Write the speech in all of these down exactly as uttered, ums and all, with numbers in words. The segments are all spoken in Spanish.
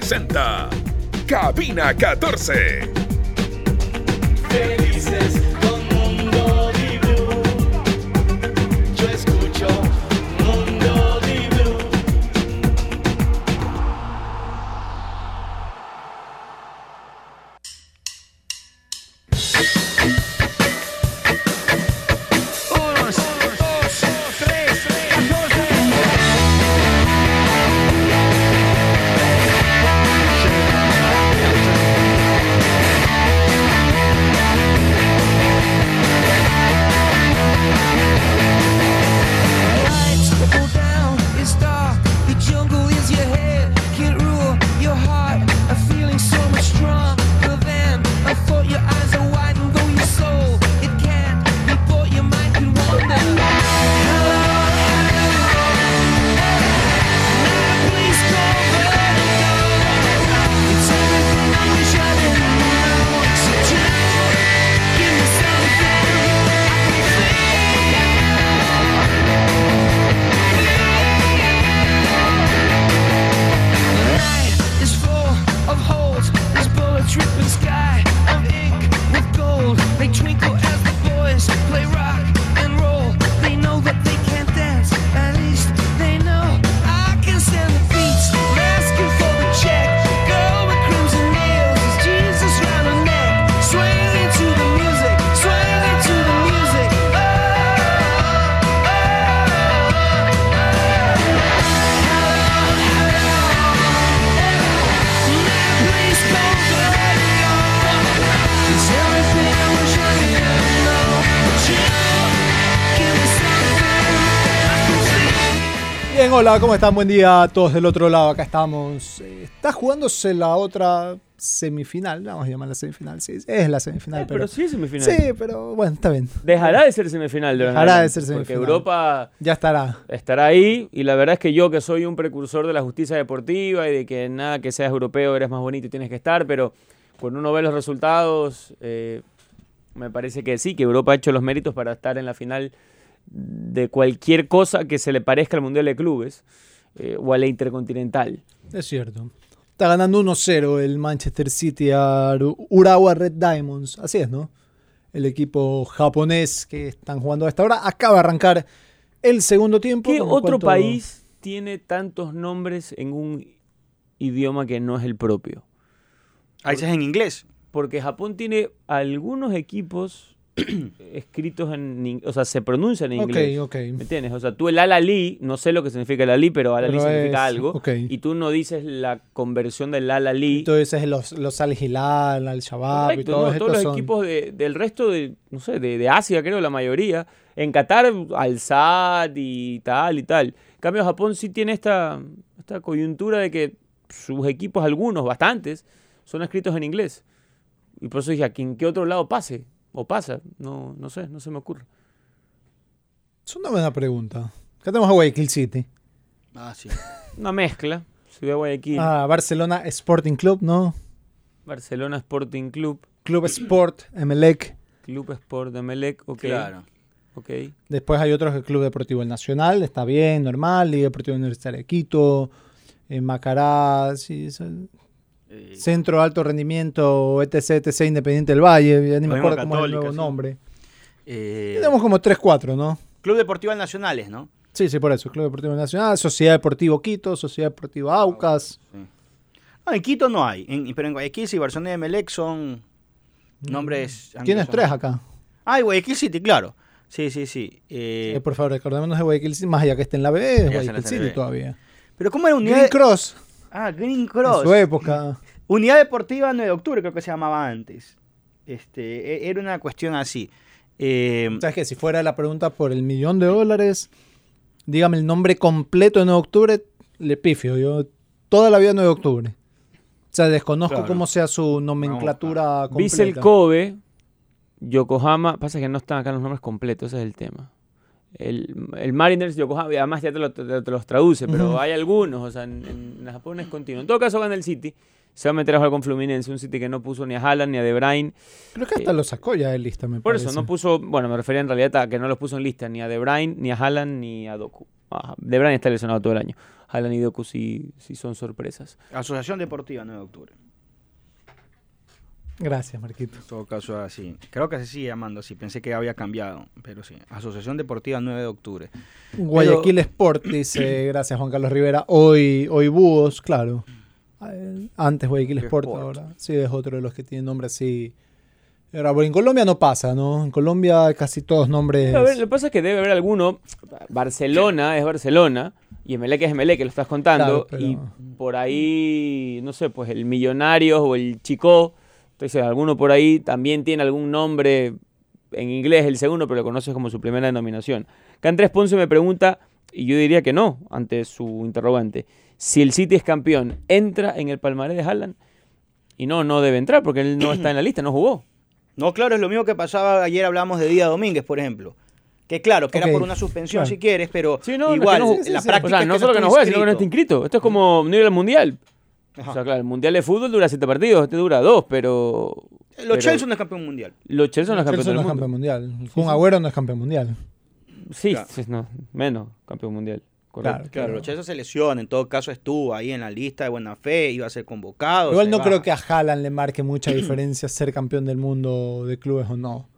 presenta Cabina catorce. Felices con Mundo Di-Blue. Yo escucho Mundo Di-Blue. Uno, dos, tres, catorce. Lights go down, it's dark, the jungle is your head, can't rule your heart, a feeling so much stronger than I thought. Your eyes are wide and though your soul, it can't be bought, your mind can wander. Hello, hello, please call vertigo. It's everything I wish I didn't know, so just give me something I can feel. Night is full of holes. There's bullets ripping sky of ink with gold. They twinkle as the boys play rock and roll. They know that they can't dance. At least they know I can stand the beats. Asking for the check. Girl with crimson nails. Is Jesus round her neck? Swing into the music. Swing into the music. Oh, oh, oh, please come vertigo. It's everything I wish I didn't know. But you give me something I can feel. Bien, hola, ¿cómo están? Buen día a todos del otro lado. Acá estamos. Eh, Está jugándose la otra semifinal. Vamos a llamarla semifinal. Sí, es la semifinal. Eh, pero, pero sí es semifinal. Sí, pero bueno, está bien. Dejará de ser semifinal. de Dejará verdad, de ser Porque semifinal. Europa Ya estará. estará ahí y la verdad es que yo, que soy un precursor de la justicia deportiva y de que nada que seas europeo eres más bonito y tienes que estar, pero cuando uno ve los resultados, eh, me parece que sí, que Europa ha hecho los méritos para estar en la final de cualquier cosa que se le parezca al Mundial de Clubes eh, o a la Intercontinental. Es cierto. Está ganando uno cero el Manchester City a Urawa Red Diamonds. Así es, ¿no? El equipo japonés que están jugando a esta hora acaba de arrancar el segundo tiempo. ¿Qué con lo otro cual todo- país tiene tantos nombres en un idioma que no es el propio? Ahí es en inglés. Porque Japón tiene algunos equipos escritos en in- o sea, se pronuncian en Ok, inglés. ok. ¿Me entiendes? O sea, tú el Al-Ali, no sé lo que significa el Ali, pero Al-Ali Pero significa es- algo. ok. Y tú no dices la conversión del Al-Ali. Entonces los, los Al Hilal, Al Shabab y Correcto, todos ¿no? estos Todos los son- equipos de- del resto de, no sé, de, de Asia, creo, la mayoría. En Qatar, Al-Sadd y tal y tal. En cambio, Japón sí tiene esta, esta coyuntura de que sus equipos, algunos, bastantes, son escritos en inglés. Y por eso dije, ¿a quién- qué otro lado pase? O pasa, no, no sé, no se me ocurre. Es una buena pregunta. Acá tenemos a Guayaquil City. Ah, sí. Una mezcla. Ciudad de Guayaquil, Ah, Barcelona Sporting Club, ¿no? Barcelona Sporting Club, Club Sport, Emelec. Club Sport de Emelec, ok. Claro. Ok. Después hay otros, el Club Deportivo El Nacional, está bien, normal. Liga Deportiva Universitaria de Quito, eh, Macará, sí, eso- Eh, Centro Alto Rendimiento, etc, etc, Independiente del Valle, ya ni me Lo mismo acuerdo cómo es el Católica, nuevo sí. nombre. eh, Tenemos como tres cuatro, ¿no? Club Deportivo Nacionales, ¿no? Sí, sí, por eso. Club Deportivo Nacional, Sociedad Deportivo Quito, Sociedad Deportiva Aucas. Sí. No, en Quito no hay. En- pero en Guayaquil sí, Barcelona y Emelec son nombres... Tienes anglosajones. tres acá. Ah, y Guayaquil City, claro. Sí, sí, sí. Eh, Eh, por favor, recordémonos de Guayaquil City, más allá que esté en la B, es está en Guayaquil la City Serie B. todavía. pero ¿cómo era unidad? Green de- Cross, Ah, Green en Cross. su época. Unidad Deportiva nueve de octubre, creo que se llamaba antes. Este, e- era una cuestión así. Eh, ¿Sabes qué? Si fuera la pregunta por el millón de dólares, dígame el nombre completo de nueve de octubre, le pifio. Yo toda la vida nueve de octubre. O sea, desconozco Claro. cómo sea su nomenclatura completa. Vissel Kobe, Yokohama, pasa que no están acá los nombres completos, ese es el tema. El, el Mariners, Yokohama, y además ya te, lo- te- te los traduce, pero Ujú. hay algunos, o sea, en, en Japón es continuo. En todo caso gana el City, se va a meter a jugar con Fluminense, un City que no puso ni a Haaland ni a De Bruyne. Creo que hasta lo sacó ya de lista, me Por parece. eso, no puso, bueno, me refería en realidad a que no los puso en lista ni a De Bruyne, ni a Haaland, ni a Doku. Ah, De Bruyne está lesionado todo el año. Haaland y Doku sí, sí son sorpresas. Asociación Deportiva nueve de octubre. Gracias, Marquito. En todo caso, así. Creo que se sigue llamando así. Pensé que había cambiado, pero sí. Asociación Deportiva nueve de octubre. Guayaquil pero... Sport dice, gracias Juan Carlos Rivera. Hoy, hoy Búhos, claro. Antes Guayaquil Sport, Sport, ahora. Sí, es otro de los que tiene nombre así. Ahora, bueno, en Colombia no pasa, ¿no? En Colombia casi todos nombres... A ver, lo que pasa es que debe haber alguno. Barcelona es Barcelona. Y Emelec es Emelec, que lo estás contando. Claro, pero... Y por ahí, no sé, pues el Millonarios o el Chicó. Entonces, alguno por ahí también tiene algún nombre en inglés, el segundo, pero lo conoces como su primera denominación. Andrés Ponce me pregunta, y yo diría que no, ante su interrogante. Si el City es campeón, ¿entra en el palmarés de Haaland? Y no, no debe entrar, porque él no está en la lista, no jugó. No, claro, es lo mismo que pasaba ayer, hablamos de Díaz Domínguez, por ejemplo. Que claro, que okay, era por una suspensión, claro. si quieres, pero sí, no, igual, no, sí, la sí, práctica o sea, no es que solo no que no juega, sino que no está inscrito. Esto es como no ir al Mundial. Ajá. O sea, claro, el Mundial de Fútbol dura siete partidos, este dura dos, pero... Los pero, Chelsea no es campeón mundial. Los Chelsea no es campeón, no es campeón mundial. El Kun Agüero no es campeón mundial. Sí, claro. sí no, menos campeón mundial. Correcto. Claro, claro, los Chelsea se lesiona, en todo caso estuvo ahí en la lista de buena fe, iba a ser convocado. Igual no va. creo que a Haaland le marque mucha diferencia ser campeón del mundo de clubes o no. O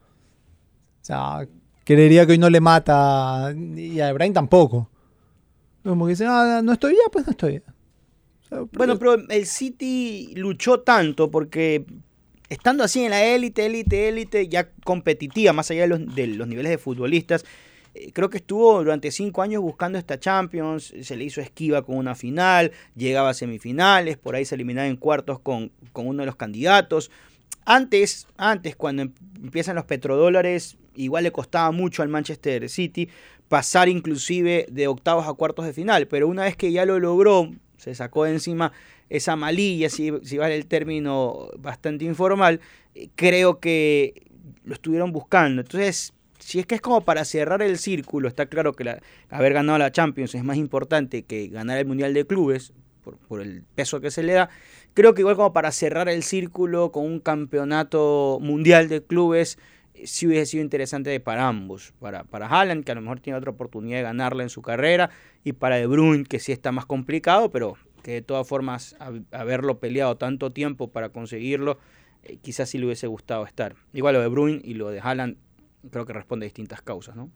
sea, creería que hoy no le mata, y a Ibrahim tampoco. Como que dice, ah, no estoy ya, pues no estoy ya. O sea, bueno, pero el City luchó tanto porque estando así en la élite, élite, élite, ya competitiva, más allá de los, de los niveles de futbolistas, eh, creo que estuvo durante cinco años buscando esta Champions, se le hizo esquiva con una final, llegaba a semifinales, por ahí se eliminaba en cuartos con, con uno de los candidatos. Antes, antes, cuando empiezan los petrodólares, igual le costaba mucho al Manchester City pasar inclusive de octavos a cuartos de final, pero una vez que ya lo logró, se sacó de encima esa malilla, si, si vale el término bastante informal, creo que lo estuvieron buscando. Entonces, si es que es como para cerrar el círculo, está claro que la, haber ganado la Champions es más importante que ganar el Mundial de Clubes, por, por el peso que se le da. Creo que igual como para cerrar el círculo con un campeonato mundial de clubes, sí hubiese sido interesante para ambos, para, para Haaland, que a lo mejor tiene otra oportunidad de ganarla en su carrera, y para De Bruyne, que sí está más complicado, pero que de todas formas haberlo peleado tanto tiempo para conseguirlo, eh, quizás sí le hubiese gustado estar. Igual lo de Bruyne y lo de Haaland creo que responde a distintas causas, ¿no?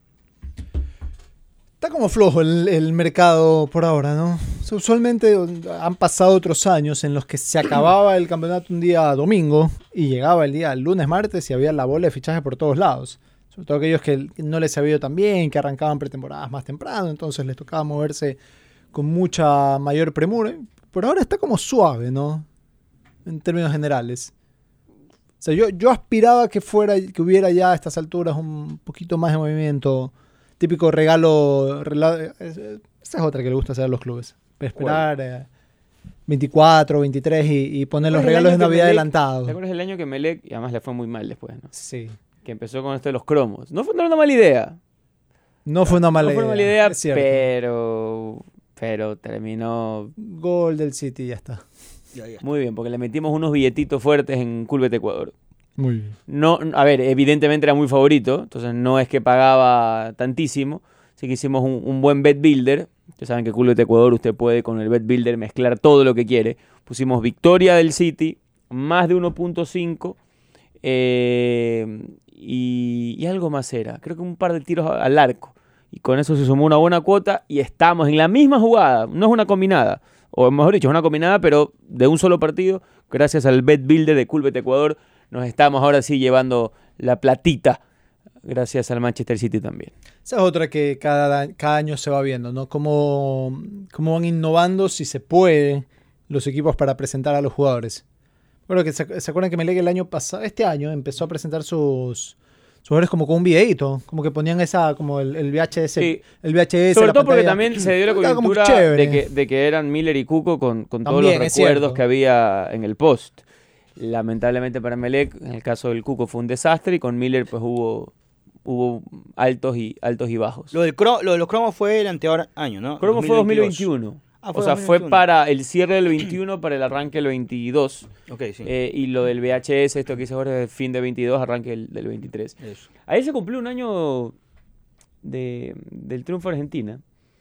Está como flojo el, el mercado por ahora, ¿no? O sea, usualmente han pasado otros años en los que se acababa el campeonato un día domingo y llegaba el día lunes, martes y había la bola de fichaje por todos lados. Sobre todo aquellos que no les había ido tan bien, que arrancaban pretemporadas más temprano, entonces les tocaba moverse con mucha mayor premura. Por ahora está como suave, ¿no? En términos generales. O sea, yo, yo aspiraba que fuera, que hubiera ya a estas alturas un poquito más de movimiento. Típico regalo, regalo. Esa es otra que le gusta hacer a los clubes. Esperar eh, veinticuatro, veintitrés y, y poner los regalos de Navidad Melec, adelantados. ¿Te acuerdas del año que Melec, y además le fue muy mal después, ¿no? Sí. Que empezó con esto de los cromos. No fue una mala idea. No fue una mala no idea. No fue una mala idea, pero, pero terminó... Gol del City, ya está. Ya, ya. Muy bien, porque le metimos unos billetitos fuertes en Culbet Ecuador. Muy bien. No, a ver, evidentemente era muy favorito, entonces no es que pagaba tantísimo, así que hicimos un, un buen bet builder. Ustedes saben que Culbet Ecuador usted puede con el bet builder mezclar todo lo que quiere. Pusimos victoria del City, más de uno punto cinco eh, y, y algo más era, creo que un par de tiros al arco. Y con eso se sumó una buena cuota y estamos en la misma jugada, no es una combinada, o mejor dicho, es una combinada pero de un solo partido, gracias al bet builder de Culbet Ecuador. Nos estamos ahora sí llevando la platita, gracias al Manchester City también. Esa es otra que cada, cada año se va viendo, ¿no? Cómo, cómo van innovando, si se puede, los equipos para presentar a los jugadores. Bueno, que se, se acuerdan que Melec el año pasado, este año, empezó a presentar sus, sus jugadores como con un videíto, como que ponían esa, como el, el V H S. Sí. El V H S. Sobre todo porque también se dio la coyuntura de que, de que eran Miller y Cuco con, con todos también, los recuerdos que había en el post. Lamentablemente para Melec, en el caso del Cuco fue un desastre y con Miller pues hubo, hubo altos y altos y bajos. Lo, del cro, lo de los cromos fue el anterior año, ¿no? Cromo fue dos mil veintiuno. Ah, fue o sea, dos mil veintiuno. Fue para el cierre del veintiuno, para el arranque del veintidós. Ok, sí. Eh, y lo del V H S, esto que hice ahora es el fin de veintidós, arranque el, del veintitrés. Eso. Ahí se cumplió un año de, del triunfo de Argentina.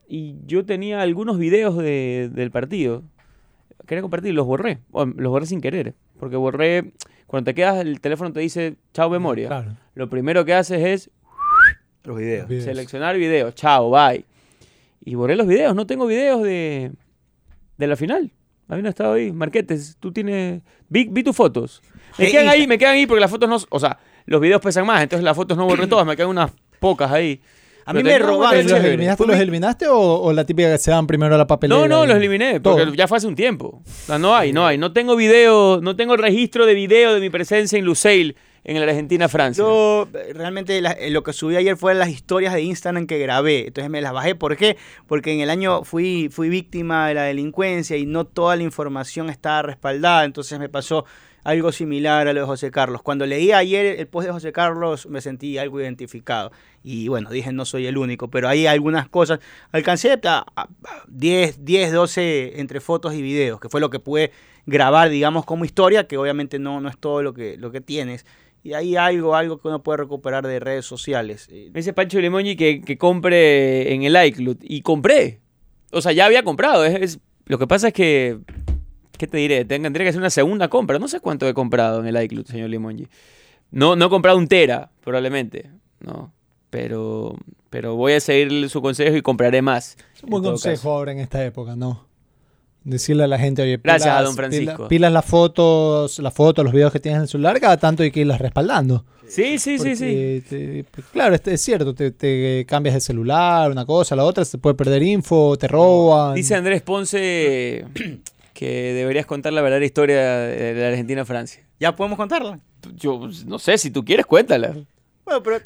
y yo tenía algunos videos de, del partido. Quería compartir, los borré. O, los borré sin querer. Porque borré, cuando te quedas, el teléfono te dice chao memoria. Claro. Lo primero que haces es Los videos. Videos. seleccionar videos. Chao, bye. Y borré los videos. No tengo videos de, de la final. Habían estado ahí. Marquetes, tú tienes... Vi, vi tus fotos. Me Eh, quedan y- ahí, me quedan ahí porque las fotos no... O sea, los videos pesan más, entonces las fotos no borré todas. Me quedan unas pocas ahí. A Pero mí me tenía un robaron. ¿Los chévere. eliminaste, Fue los mi- eliminaste o, o la típica que se dan primero a la papelera? No, no, y- los eliminé, porque Todo. ya fue hace un tiempo. O sea, no hay, no hay. No tengo video, no tengo registro de video de mi presencia en Lusail, en la Argentina-Francia. Yo eh, realmente la- eh, lo que subí ayer fue las historias de Instagram que grabé. Entonces me las bajé. ¿Por qué? Porque en el año fui, fui víctima de la delincuencia y no toda la información estaba respaldada. Entonces me pasó algo similar a lo de José Carlos. Cuando leí ayer el post de José Carlos me sentí algo identificado. Y bueno, dije no soy el único, pero hay algunas cosas. Alcancé a, a diez, diez, doce entre fotos y videos, que fue lo que pude grabar, digamos, como historia, que obviamente no, no es todo lo que, lo que tienes. Y hay algo, algo que uno puede recuperar de redes sociales. Eh, Me dice Pancho Limongi que, que compre en el iCloud. Y compré. O sea, ya había comprado. Es, es- lo que pasa es que... ¿Qué te diré? Ten- Tendría que hacer una segunda compra. No sé cuánto he comprado en el iCloud, señor Limongi. No, no he comprado un tera, probablemente. No. Pero, pero voy a seguir su consejo y compraré más. Es un buen en todo consejo caso. ahora en esta época, ¿no? Decirle a la gente, oye, Gracias a don Francisco. Pilas, pilas las fotos, las fotos, los videos que tienes en el celular, cada tanto hay que irlas respaldando. Sí, sí, sí, sí. Porque te- pues, claro, es, es cierto, te, te cambias de celular, una cosa, la otra, se puede perder info, te roban. Dice Andrés Ponce que deberías contar la verdadera historia de la Argentina-Francia. ¿Ya podemos contarla? Yo pues, no sé, si tú quieres, cuéntala. Bueno, pero...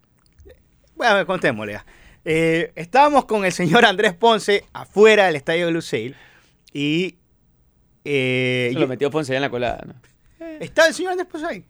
Bueno, contémosle. ya. Eh, estábamos con el señor Andrés Ponce afuera del estadio de Lusail y... eh, Se yo- lo metió Ponce ya en la colada, ¿no? ¿Está el señor Andrés Ponce ahí?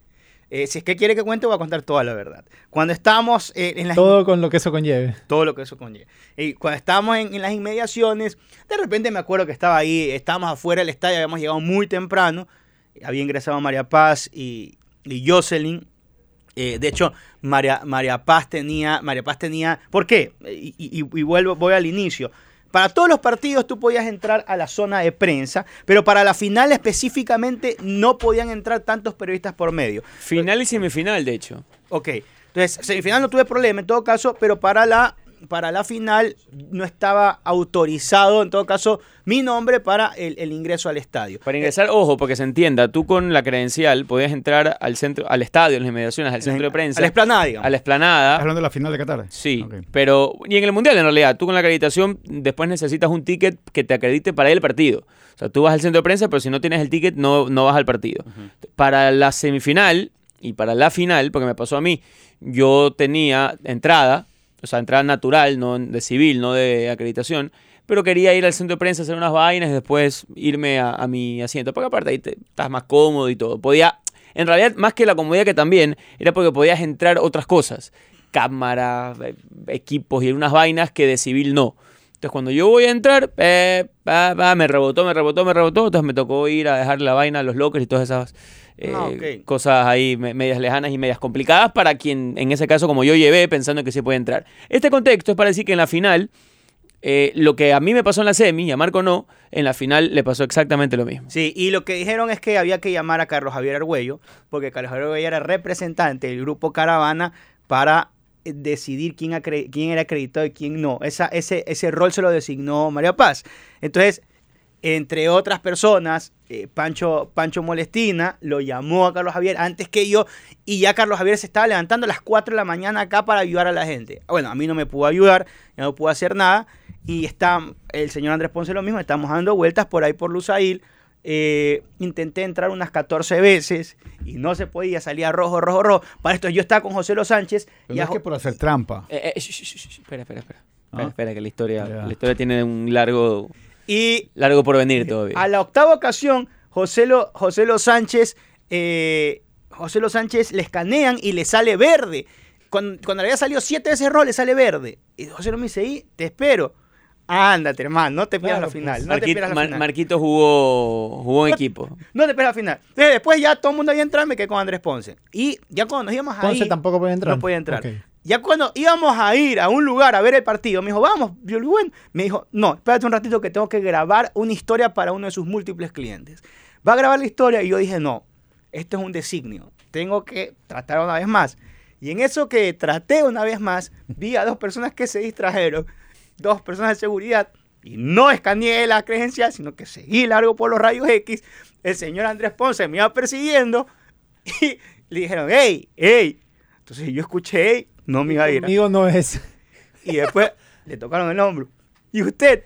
Eh, si es que quiere que cuente, voy a contar toda la verdad. Cuando estábamos eh, en las... Todo con lo que eso conlleve. todo lo que eso conlleva. Y cuando estábamos en, en las inmediaciones, de repente me acuerdo que estaba ahí, estábamos afuera del estadio, habíamos llegado muy temprano, había ingresado María Paz y, y Jocelyn. Eh, de hecho, María, María Paz tenía, María Paz tenía, ¿por qué? Y, y- y vuelvo, voy al inicio. Para todos los partidos tú podías entrar a la zona de prensa, pero para la final específicamente no podían entrar tantos periodistas por medio. Final y semifinal, de hecho. Ok, entonces semifinal no tuve problema en todo caso, pero para la, para la final no estaba autorizado en todo caso mi nombre para el, el ingreso al estadio. Para ingresar, ojo, porque se entienda, tú con la credencial podías entrar al centro, al estadio, en las inmediaciones, al centro de prensa, A la esplanada, digamos. a la explanada. ¿Estás hablando de la final de Qatar? Sí, Ok. pero y en el Mundial en realidad, tú con la acreditación después necesitas un ticket que te acredite para ir al partido. O sea, tú vas al centro de prensa, pero si no tienes el ticket no, no vas al partido. Para la semifinal y para la final, porque me pasó a mí, yo tenía entrada, o sea, entrada natural, no de civil, no de acreditación, pero quería ir al centro de prensa a hacer unas vainas y después irme a, a mi asiento, porque aparte ahí te, estás más cómodo y todo. Podía, en realidad, más que la comodidad que también, era porque podías entrar otras cosas, cámara, eh, equipos y unas vainas que de civil no. Entonces cuando yo voy a entrar, eh, pa, pa, me rebotó, me rebotó, me rebotó, entonces me tocó ir a dejar la vaina a los lockers y todas esas eh, Ah, ok. cosas ahí me- medias lejanas y medias complicadas para quien, en ese caso, como yo llevé, pensando que se puede entrar. Este contexto es para decir que en la final, eh, lo que a mí me pasó en la semi, y a Marco no, en la final le pasó exactamente lo mismo. Sí, y lo que dijeron es que había que llamar a Carlos Javier Argüello, porque Carlos Javier Argüello era representante del grupo Caravana para eh, decidir quién, acre- quién era acreditado y quién no. Esa, ese, ese rol se lo designó María Paz. Entonces, entre otras personas, eh, Pancho, Pancho Molestina lo llamó a Carlos Javier antes que yo y ya Carlos Javier se estaba levantando a las cuatro de la mañana acá para ayudar a la gente. Bueno, a mí no me pudo ayudar, ya no pudo hacer nada y está el señor Andrés Ponce lo mismo, estamos dando vueltas por ahí por Lusail. Eh, intenté entrar unas catorce veces y no se podía, salía rojo, rojo, rojo. Para esto yo estaba con José Los Sánchez. Pero y no a es que Jo- por hacer trampa. Eh, eh, sh- sh- sh- sh- espera, espera, espera. Espera, Ah. espera, que la historia, Ya. la historia tiene un largo, y largo porvenir todavía. a la octava ocasión, José, Lo- José Los Sánchez, eh, José Los Sánchez le escanean y le sale verde. Cuando, cuando le había salido siete veces rojo, le sale verde. Y José Lo me dice, "Y, te espero. Ándate, hermano, no te pierdas Claro, la final. pues, No te Marquito, pierdas la Mar- final. Marquito jugó, jugó en No- equipo. No te pierdas la final. Entonces, después ya todo el mundo había entrado, me quedé con Andrés Ponce. Y ya cuando nos íbamos Ponce ahí... tampoco puede entrar. No podía entrar. Ok. Ya cuando íbamos a ir a un lugar a ver el partido, me dijo, vamos, yo le digo, bueno. Me dijo, no, espérate un ratito que tengo que grabar una historia para uno de sus múltiples clientes. Va a grabar la historia y yo dije, no, esto es un designio, tengo que tratar una vez más. Y en eso que traté una vez más, vi a dos personas que se distrajeron, dos personas de seguridad, y no escaneé la credencial, sino que seguí largo por los rayos X. El señor Andrés Ponce me iba persiguiendo y le dijeron, hey, hey. Entonces yo escuché, hey, no me iba a ir. Conmigo no es. Y después le tocaron el hombro. ¿Y usted?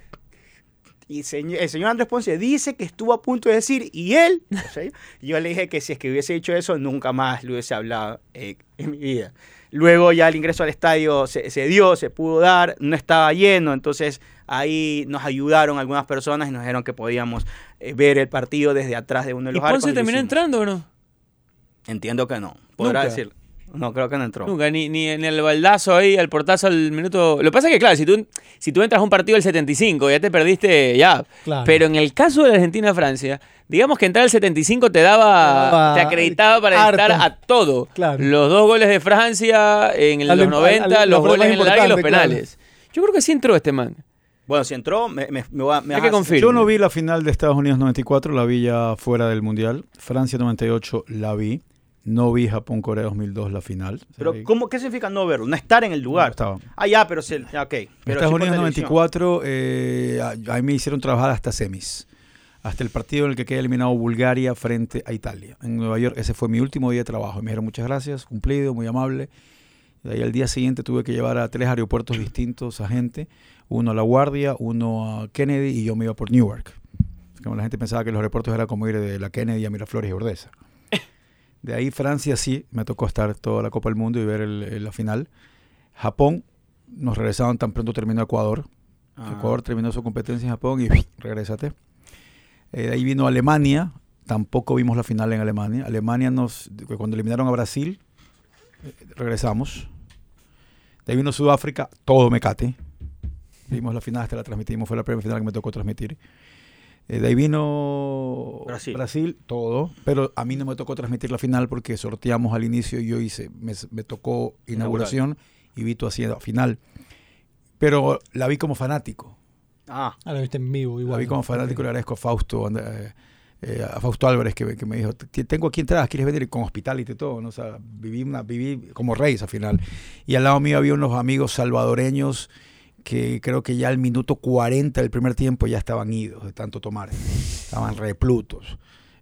Y señor, el señor Andrés Ponce dice que estuvo a punto de decir, ¿y él? O sea, yo le dije que si es que hubiese dicho eso, nunca más le hubiese hablado eh, en mi vida. Luego ya el ingreso al estadio se, se dio, se pudo dar, no estaba lleno, entonces ahí nos ayudaron algunas personas y nos dijeron que podíamos eh, ver el partido desde atrás de uno de ¿Y los arcos. Ponce y lo terminó hicimos. entrando o no? Entiendo que no. Podrá Nunca. decirlo. No, creo que no entró. Nunca, ni, ni en el baldazo ahí, al portazo al minuto. Lo que pasa es que, claro, si tú, si tú entras a un partido del setenta y cinco, ya te perdiste, ya. Claro. Pero en el caso de la Argentina-Francia, digamos que entrar al setenta y cinco te daba, Ah, te acreditaba para harto. entrar a todo. Claro. Los dos goles de Francia en el Al- los al- noventa, al- los lo goles más en el área y los importante, penales. Yo creo que sí entró este man. Bueno, si entró, me, me, me, va- me Hay vas que a- confiar. Yo no vi la final de Estados Unidos noventa y cuatro, la vi ya fuera del Mundial. Francia noventa y ocho la vi. No vi Japón-Corea dos mil dos la final. Pero, Sí. ¿cómo, ¿qué significa no verlo? No estar en el No lugar. estaba. Ah, ya, pero se, ya, ok. Pero Estados sí por Unidos noventa y televisión. cuatro, eh, a, a mí me hicieron trabajar hasta semis. Hasta el partido en el que queda eliminado Bulgaria frente a Italia. En Nueva York, ese fue mi último día de trabajo. Y me dijeron muchas gracias, cumplido, muy amable. Y de ahí al día siguiente tuve que llevar a tres aeropuertos distintos a gente. Uno a La Guardia, uno a Kennedy y yo me iba por Newark. Como la gente pensaba que los aeropuertos era como ir de la Kennedy a Miraflores y Ordesa. De ahí Francia sí, me tocó estar toda la Copa del Mundo y ver el, el- la final. Japón, nos regresaban tan pronto terminó Ecuador. Ah. Ecuador terminó su competencia en Japón y regrésate. Eh, de ahí vino Alemania, tampoco vimos la final en Alemania. Alemania nos, cuando eliminaron a Brasil, eh, regresamos. De ahí vino Sudáfrica, todo mecate. Vimos la final, hasta la transmitimos, fue la primera final que me tocó transmitir. Eh, de ahí vino Brasil. Brasil, todo, pero a mí no me tocó transmitir la final porque sorteamos al inicio y yo hice, me, me tocó inauguración y Vito haciendo final. Pero la vi como fanático. Ah, Ah, la viste en vivo igual. La vi como fanático y le agradezco a Fausto, and- eh, eh, a Fausto Álvarez que, que me dijo, "T- tengo aquí entradas, ¿quieres venir?" Con hospitality y todo, ¿no? O sea, viví, una, viví como reyes al final. Y al lado mío había unos amigos salvadoreños que creo que ya al minuto cuarenta del primer tiempo ya estaban idos de tanto tomar. Estaban replutos.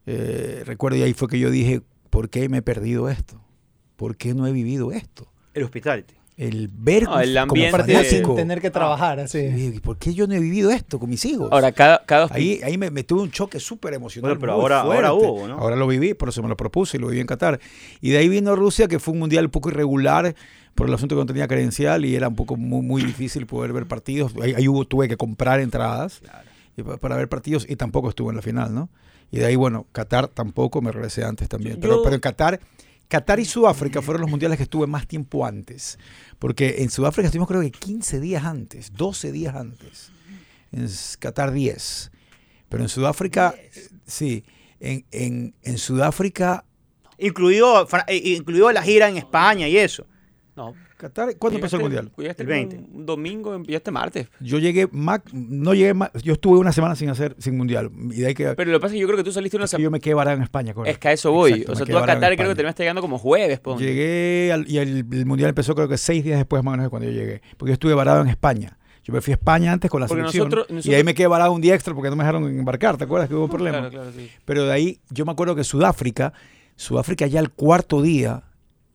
Eh, recuerdo y ahí fue que yo dije, ¿por qué me he perdido esto? ¿Por qué no he vivido esto? el hospitality. El ver No, el como ambiente- fanático. Sin tener que trabajar así. Y, ¿por qué yo no he vivido esto con mis hijos? Ahora, cada, cada Ahí, ahí me, me tuve un choque súper emocional. Bueno, pero muy ahora- fuerte. ahora hubo, ¿no? Ahora lo viví, por eso me lo propuse y lo viví en Qatar. Y de ahí vino Rusia, que fue un mundial un poco irregular por el asunto que no tenía credencial y era un poco muy, muy difícil poder ver partidos. Ahí, ahí hubo, tuve que comprar entradas y pa- para ver partidos y tampoco estuve en la final, ¿no? Y de ahí, bueno, Qatar tampoco, me regresé antes también. Pero, Yo- pero en Qatar, Qatar y Sudáfrica fueron los mundiales que estuve más tiempo antes. Porque en Sudáfrica estuvimos creo que quince días antes, doce días antes. En Qatar diez. Pero en Sudáfrica, sí, en, en, en Sudáfrica, Incluido, Fra- eh, incluido la gira en España y eso. No. Qatar, ¿cuándo empezó el Llegaste- mundial? llegaste El veinte. Un, un domingo, empezaste martes. Yo llegué, mac- no llegué, ma- yo estuve una semana sin hacer, sin mundial. Y de ahí que, Pero lo que pasa es que yo creo que tú saliste una es que semana. yo me quedé varado en España. correcto. Es que a eso voy. Exacto, o me sea, quedé tú a varado en Qatar creo que España. terminaste llegando como jueves, pon. Llegué al- y el, el mundial empezó creo que seis días después más o menos de cuando yo llegué. Porque yo estuve varado en España. Yo me fui a España antes con la Porque selección. nosotros- Y nosotros- ahí me quedé varado un día extra porque no me dejaron embarcar. ¿Te acuerdas que hubo un problema? Claro, claro, sí. Pero de ahí, yo me acuerdo que Sudáfrica, Sudáfrica ya el cuarto día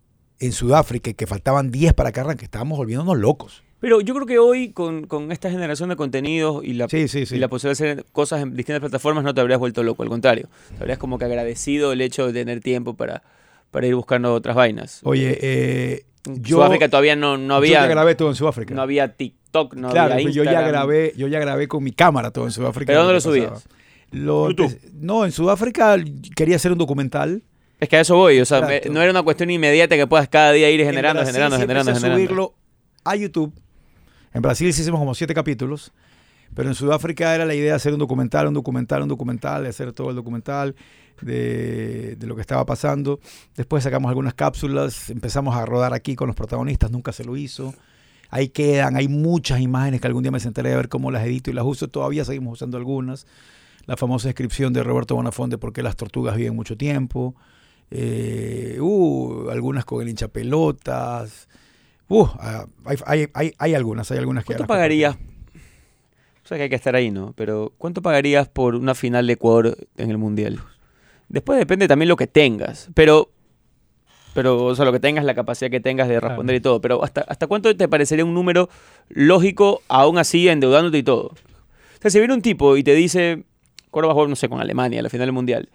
en Sudáfrica, y que faltaban diez para que arranque, estábamos volviéndonos locos. Pero yo creo que hoy, con, con esta generación de contenidos y la, Sí, sí, sí. y la posibilidad de hacer cosas en distintas plataformas, no te habrías vuelto loco. Al contrario, te habrías como que agradecido el hecho de tener tiempo para, para ir buscando otras vainas. Oye, eh, En yo, Sudáfrica todavía no, no yo había. ya grabé todo en Sudáfrica. No había TikTok, no claro, había pues yo Instagram. ya grabé, yo ya grabé con mi cámara todo en Sudáfrica. ¿Pero dónde lo que pasaba. subías? Lo YouTube. empe- no, en Sudáfrica quería hacer un documental. Es que a eso voy. O sea, Exacto. me- no era una cuestión inmediata que puedas cada día ir En generando, Brasil generando, sí generando, empecé a generando. subirlo a YouTube. En Brasil sí hicimos como siete capítulos. Pero en Sudáfrica era la idea de hacer un documental, un documental, un documental, de hacer todo el documental de, de lo que estaba pasando. Después sacamos algunas cápsulas, empezamos a rodar aquí con los protagonistas, nunca se lo hizo. Ahí quedan, hay muchas imágenes que algún día me sentaré a ver cómo las edito y las uso. Todavía seguimos usando algunas. La famosa descripción de Roberto Bonafont de por qué las tortugas viven mucho tiempo. Eh, uh, algunas con el hinchapelotas. Uh, hay, hay, hay, hay algunas, hay algunas que... ¿Cuánto pagarías? O sea que hay que estar ahí, ¿no? Pero ¿cuánto pagarías por una final de Ecuador en el Mundial? Después depende también lo que tengas. Pero, pero o sea, lo que tengas, la capacidad que tengas de responder claro. y todo. Pero ¿hasta, ¿hasta cuánto te parecería un número lógico, aún así endeudándote y todo? O sea, si viene un tipo y te dice... Ahora vas a jugar, no sé, con Alemania, a la final del Mundial.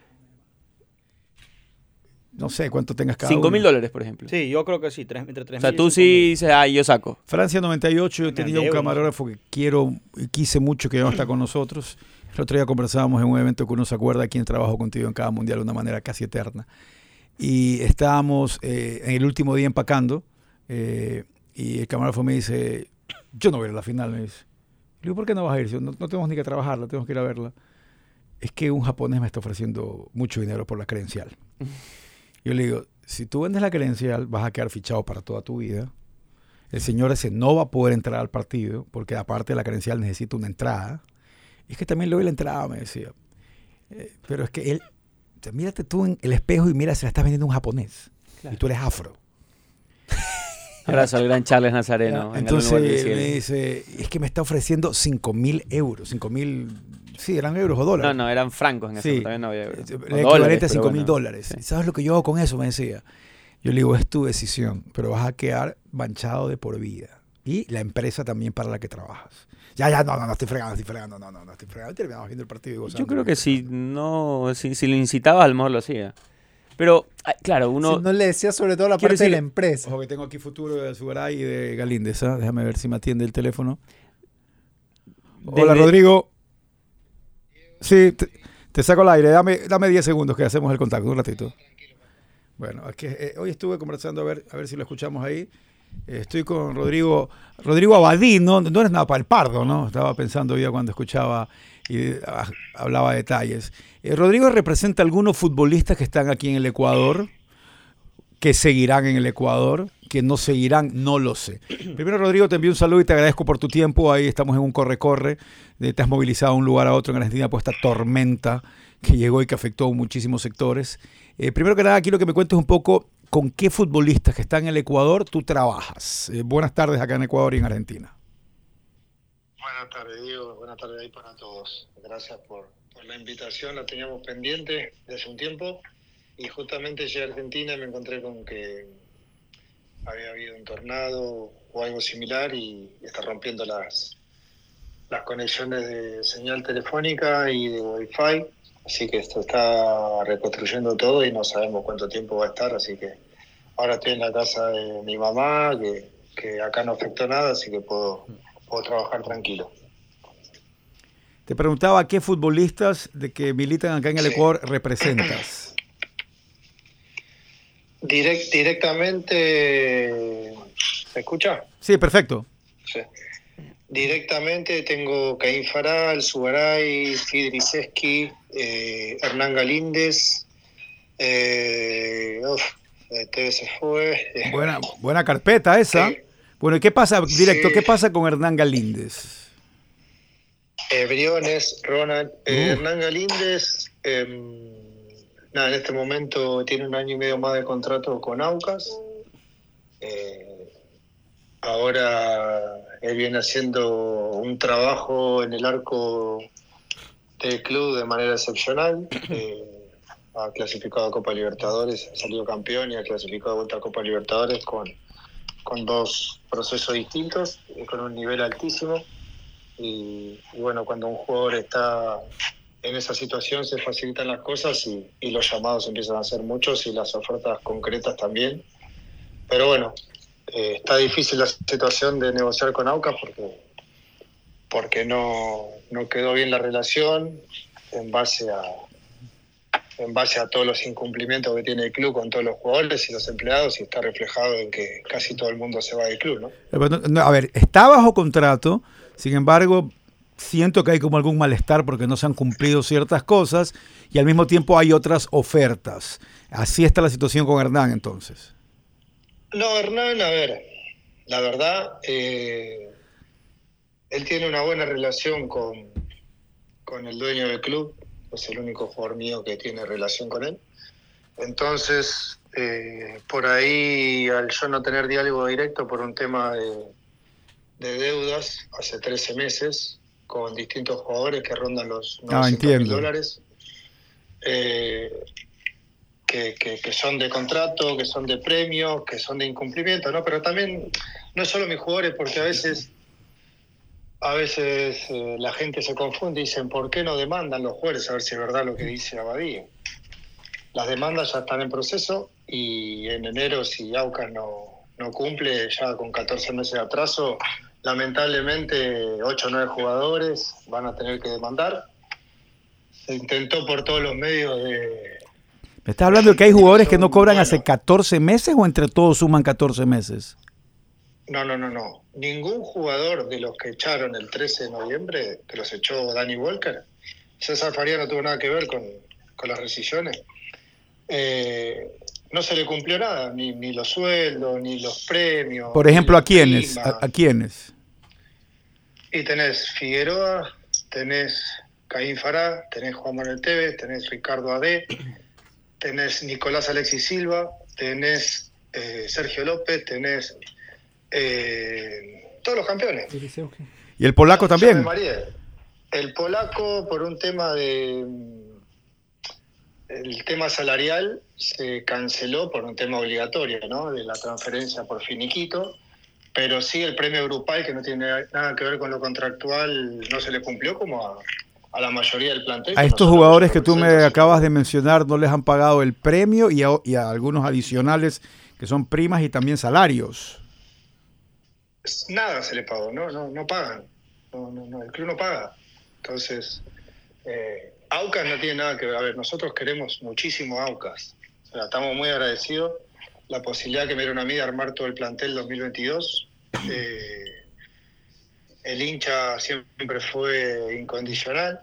No sé cuánto tengas cada Cinco mil dólares, por ejemplo. Sí, yo creo que sí, tres, entre tres O sea, tú sí dices, ah, yo saco. Francia noventa y ocho, yo tenía un camarógrafo que quiero y quise mucho que no está con nosotros. El otro día conversábamos en un evento que uno se acuerda, quien trabajó contigo en cada Mundial de una manera casi eterna. Y estábamos eh, en el último día empacando eh, y el camarógrafo me dice, yo no voy a ir a la final, me dice. Le digo, ¿por qué no vas a ir? Yo, no, no tenemos ni que trabajarla, tenemos que ir a verla. Es que un japonés me está ofreciendo mucho dinero por la credencial. Yo le digo, si tú vendes la credencial, vas a quedar fichado para toda tu vida. El señor ese no va a poder entrar al partido, porque aparte de la credencial necesita una entrada. Y es que también le doy la entrada, me decía. Eh, pero es que él, o sea, mírate tú en el espejo y mira, se la estás vendiendo a un japonés. Claro. Y tú eres afro. Abrazo al gran Charles Nazareno. Entonces me dice, es que me está ofreciendo cinco mil euros, cinco mil... Sí, eran euros o dólares. No, no, eran francos en ese sí. momento, también no había euros. El equivalente dólares, a cinco mil bueno, dólares. Sí. ¿Sabes lo que yo hago con eso? Me decía. Yo le digo, es tu decisión, pero vas a quedar manchado de por vida. Y la empresa también para la que trabajas. Ya, ya, no, no, no estoy fregando, estoy fregando, no, no, no estoy fregando. Terminamos viendo el partido y gozando. Yo creo que si no, si, si lo incitabas, a lo mejor lo hacía. Pero, claro, uno... Si no le decía sobre todo la parte decir, de la empresa. Ojo que tengo aquí futuro de Azugaray y de Galíndez, ¿eh? Déjame ver si me atiende el teléfono. Desde... Hola, Rodrigo. Sí, te, te saco el aire. Dame, dame diez segundos que hacemos el contacto, un ratito. Bueno, es que eh, hoy estuve conversando, a ver, a ver si lo escuchamos ahí. Eh, estoy con Rodrigo, Rodrigo Abadín, ¿no? No eres nada para el pardo, ¿no? Estaba pensando ya cuando escuchaba y ah, hablaba de detalles. Eh, Rodrigo representa a algunos futbolistas que están aquí en el Ecuador, que seguirán en el Ecuador, que no seguirán, no lo sé. Primero, Rodrigo, te envío un saludo y te agradezco por tu tiempo. Ahí estamos en un corre-corre. Te has movilizado de un lugar a otro en Argentina por esta tormenta que llegó y que afectó a muchísimos sectores. Eh, primero que nada, quiero que me cuentes un poco con qué futbolistas que están en el Ecuador tú trabajas. Eh, buenas tardes acá en Ecuador y en Argentina. Buenas tardes, Diego. Buenas tardes ahí para todos. Gracias por, por la invitación. La teníamos pendiente de hace un tiempo. Y justamente llegué a Argentina y me encontré con que había habido un tornado o algo similar y está rompiendo las, las conexiones de señal telefónica y de Wi-Fi. Así que esto está reconstruyendo todo y no sabemos cuánto tiempo va a estar. Así que ahora estoy en la casa de mi mamá, que, que acá no afectó nada, así que puedo, puedo trabajar tranquilo. Te preguntaba qué futbolistas de que militan acá en el sí. Ecuador representas. Direct, directamente, ¿se escucha? Sí, perfecto. Sí. Directamente tengo Caín Farah, Sugaray, Fidriseski, eh, Hernán Galíndez, eh, uf, este se fue. Buena, buena carpeta esa. Sí. Bueno, ¿y qué pasa, directo, sí. qué pasa con Hernán Galíndez? Eh, Briones, Ronald, eh, uh. Hernán Galíndez... Eh, Nada, en este momento tiene un año y medio más de contrato con Aucas. Eh, ahora él viene haciendo un trabajo en el arco del club de manera excepcional. Eh, ha clasificado a Copa Libertadores, ha salido campeón y ha clasificado de vuelta a Copa Libertadores con, con dos procesos distintos y con un nivel altísimo. Y, y bueno, cuando un jugador está... en esa situación se facilitan las cosas y, y los llamados empiezan a ser muchos y las ofertas concretas también. Pero bueno, eh, está difícil la situación de negociar con Aucas porque, porque no, no quedó bien la relación en base a en base a todos los incumplimientos que tiene el club con todos los jugadores y los empleados y está reflejado en que casi todo el mundo se va del club, ¿no? A ver, está bajo contrato, sin embargo... siento que hay como algún malestar porque no se han cumplido ciertas cosas y al mismo tiempo hay otras ofertas. Así está la situación con Hernán entonces. No, Hernán, a ver, la verdad, eh, él tiene una buena relación con, con el dueño del club, es el único jugador mío que tiene relación con él. Entonces, eh, por ahí, al yo no tener diálogo directo por un tema de, de deudas, hace trece meses, con distintos jugadores que rondan los novecientos mil dólares, eh, que, que, que son de contrato, que son de premio, que son de incumplimiento, ¿no? Pero también no es solo mis jugadores, porque a veces a veces eh, la gente se confunde y dicen, ¿por qué no demandan los jugadores? A ver si es verdad lo que dice Abadía. Las demandas ya están en proceso y en enero, si Aucas no, no cumple, ya con catorce meses de atraso, lamentablemente ocho o nueve jugadores van a tener que demandar. Se intentó por todos los medios de... ¿Me estás hablando de que hay jugadores que no cobran bueno, hace catorce meses o entre todos suman catorce meses? No, no, no, no. Ningún jugador de los que echaron el trece de noviembre, que los echó Danny Walker, César Faría no tuvo nada que ver con, con las rescisiones. Eh, no se le cumplió nada, ni, ni los sueldos, ni los premios. Por ejemplo, ¿a quiénes? ¿A, ¿A quiénes? Y tenés Figueroa, tenés Caín Fará, tenés Juan Manuel Tevez, tenés Ricardo Adé, tenés Nicolás Alexis Silva, tenés eh, Sergio López, tenés eh, todos los campeones. ¿Y el polaco también? El polaco, por un tema de... El tema salarial se canceló por un tema obligatorio, ¿no? De la transferencia por finiquito, pero sí el premio grupal, que no tiene nada que ver con lo contractual, no se le cumplió como a, a la mayoría del plantel. A estos jugadores que tú me acabas de mencionar no les han pagado el premio y a, y a algunos adicionales que son primas y también salarios. Nada se le pagó, no, no, no pagan, no, no, no, el club no paga. Entonces... Eh, Aucas no tiene nada que ver. A ver, nosotros queremos muchísimo a Aucas. O sea, estamos muy agradecidos. La posibilidad que me dieron a mí de armar todo el plantel dos mil veintidós. Eh, el hincha siempre fue incondicional.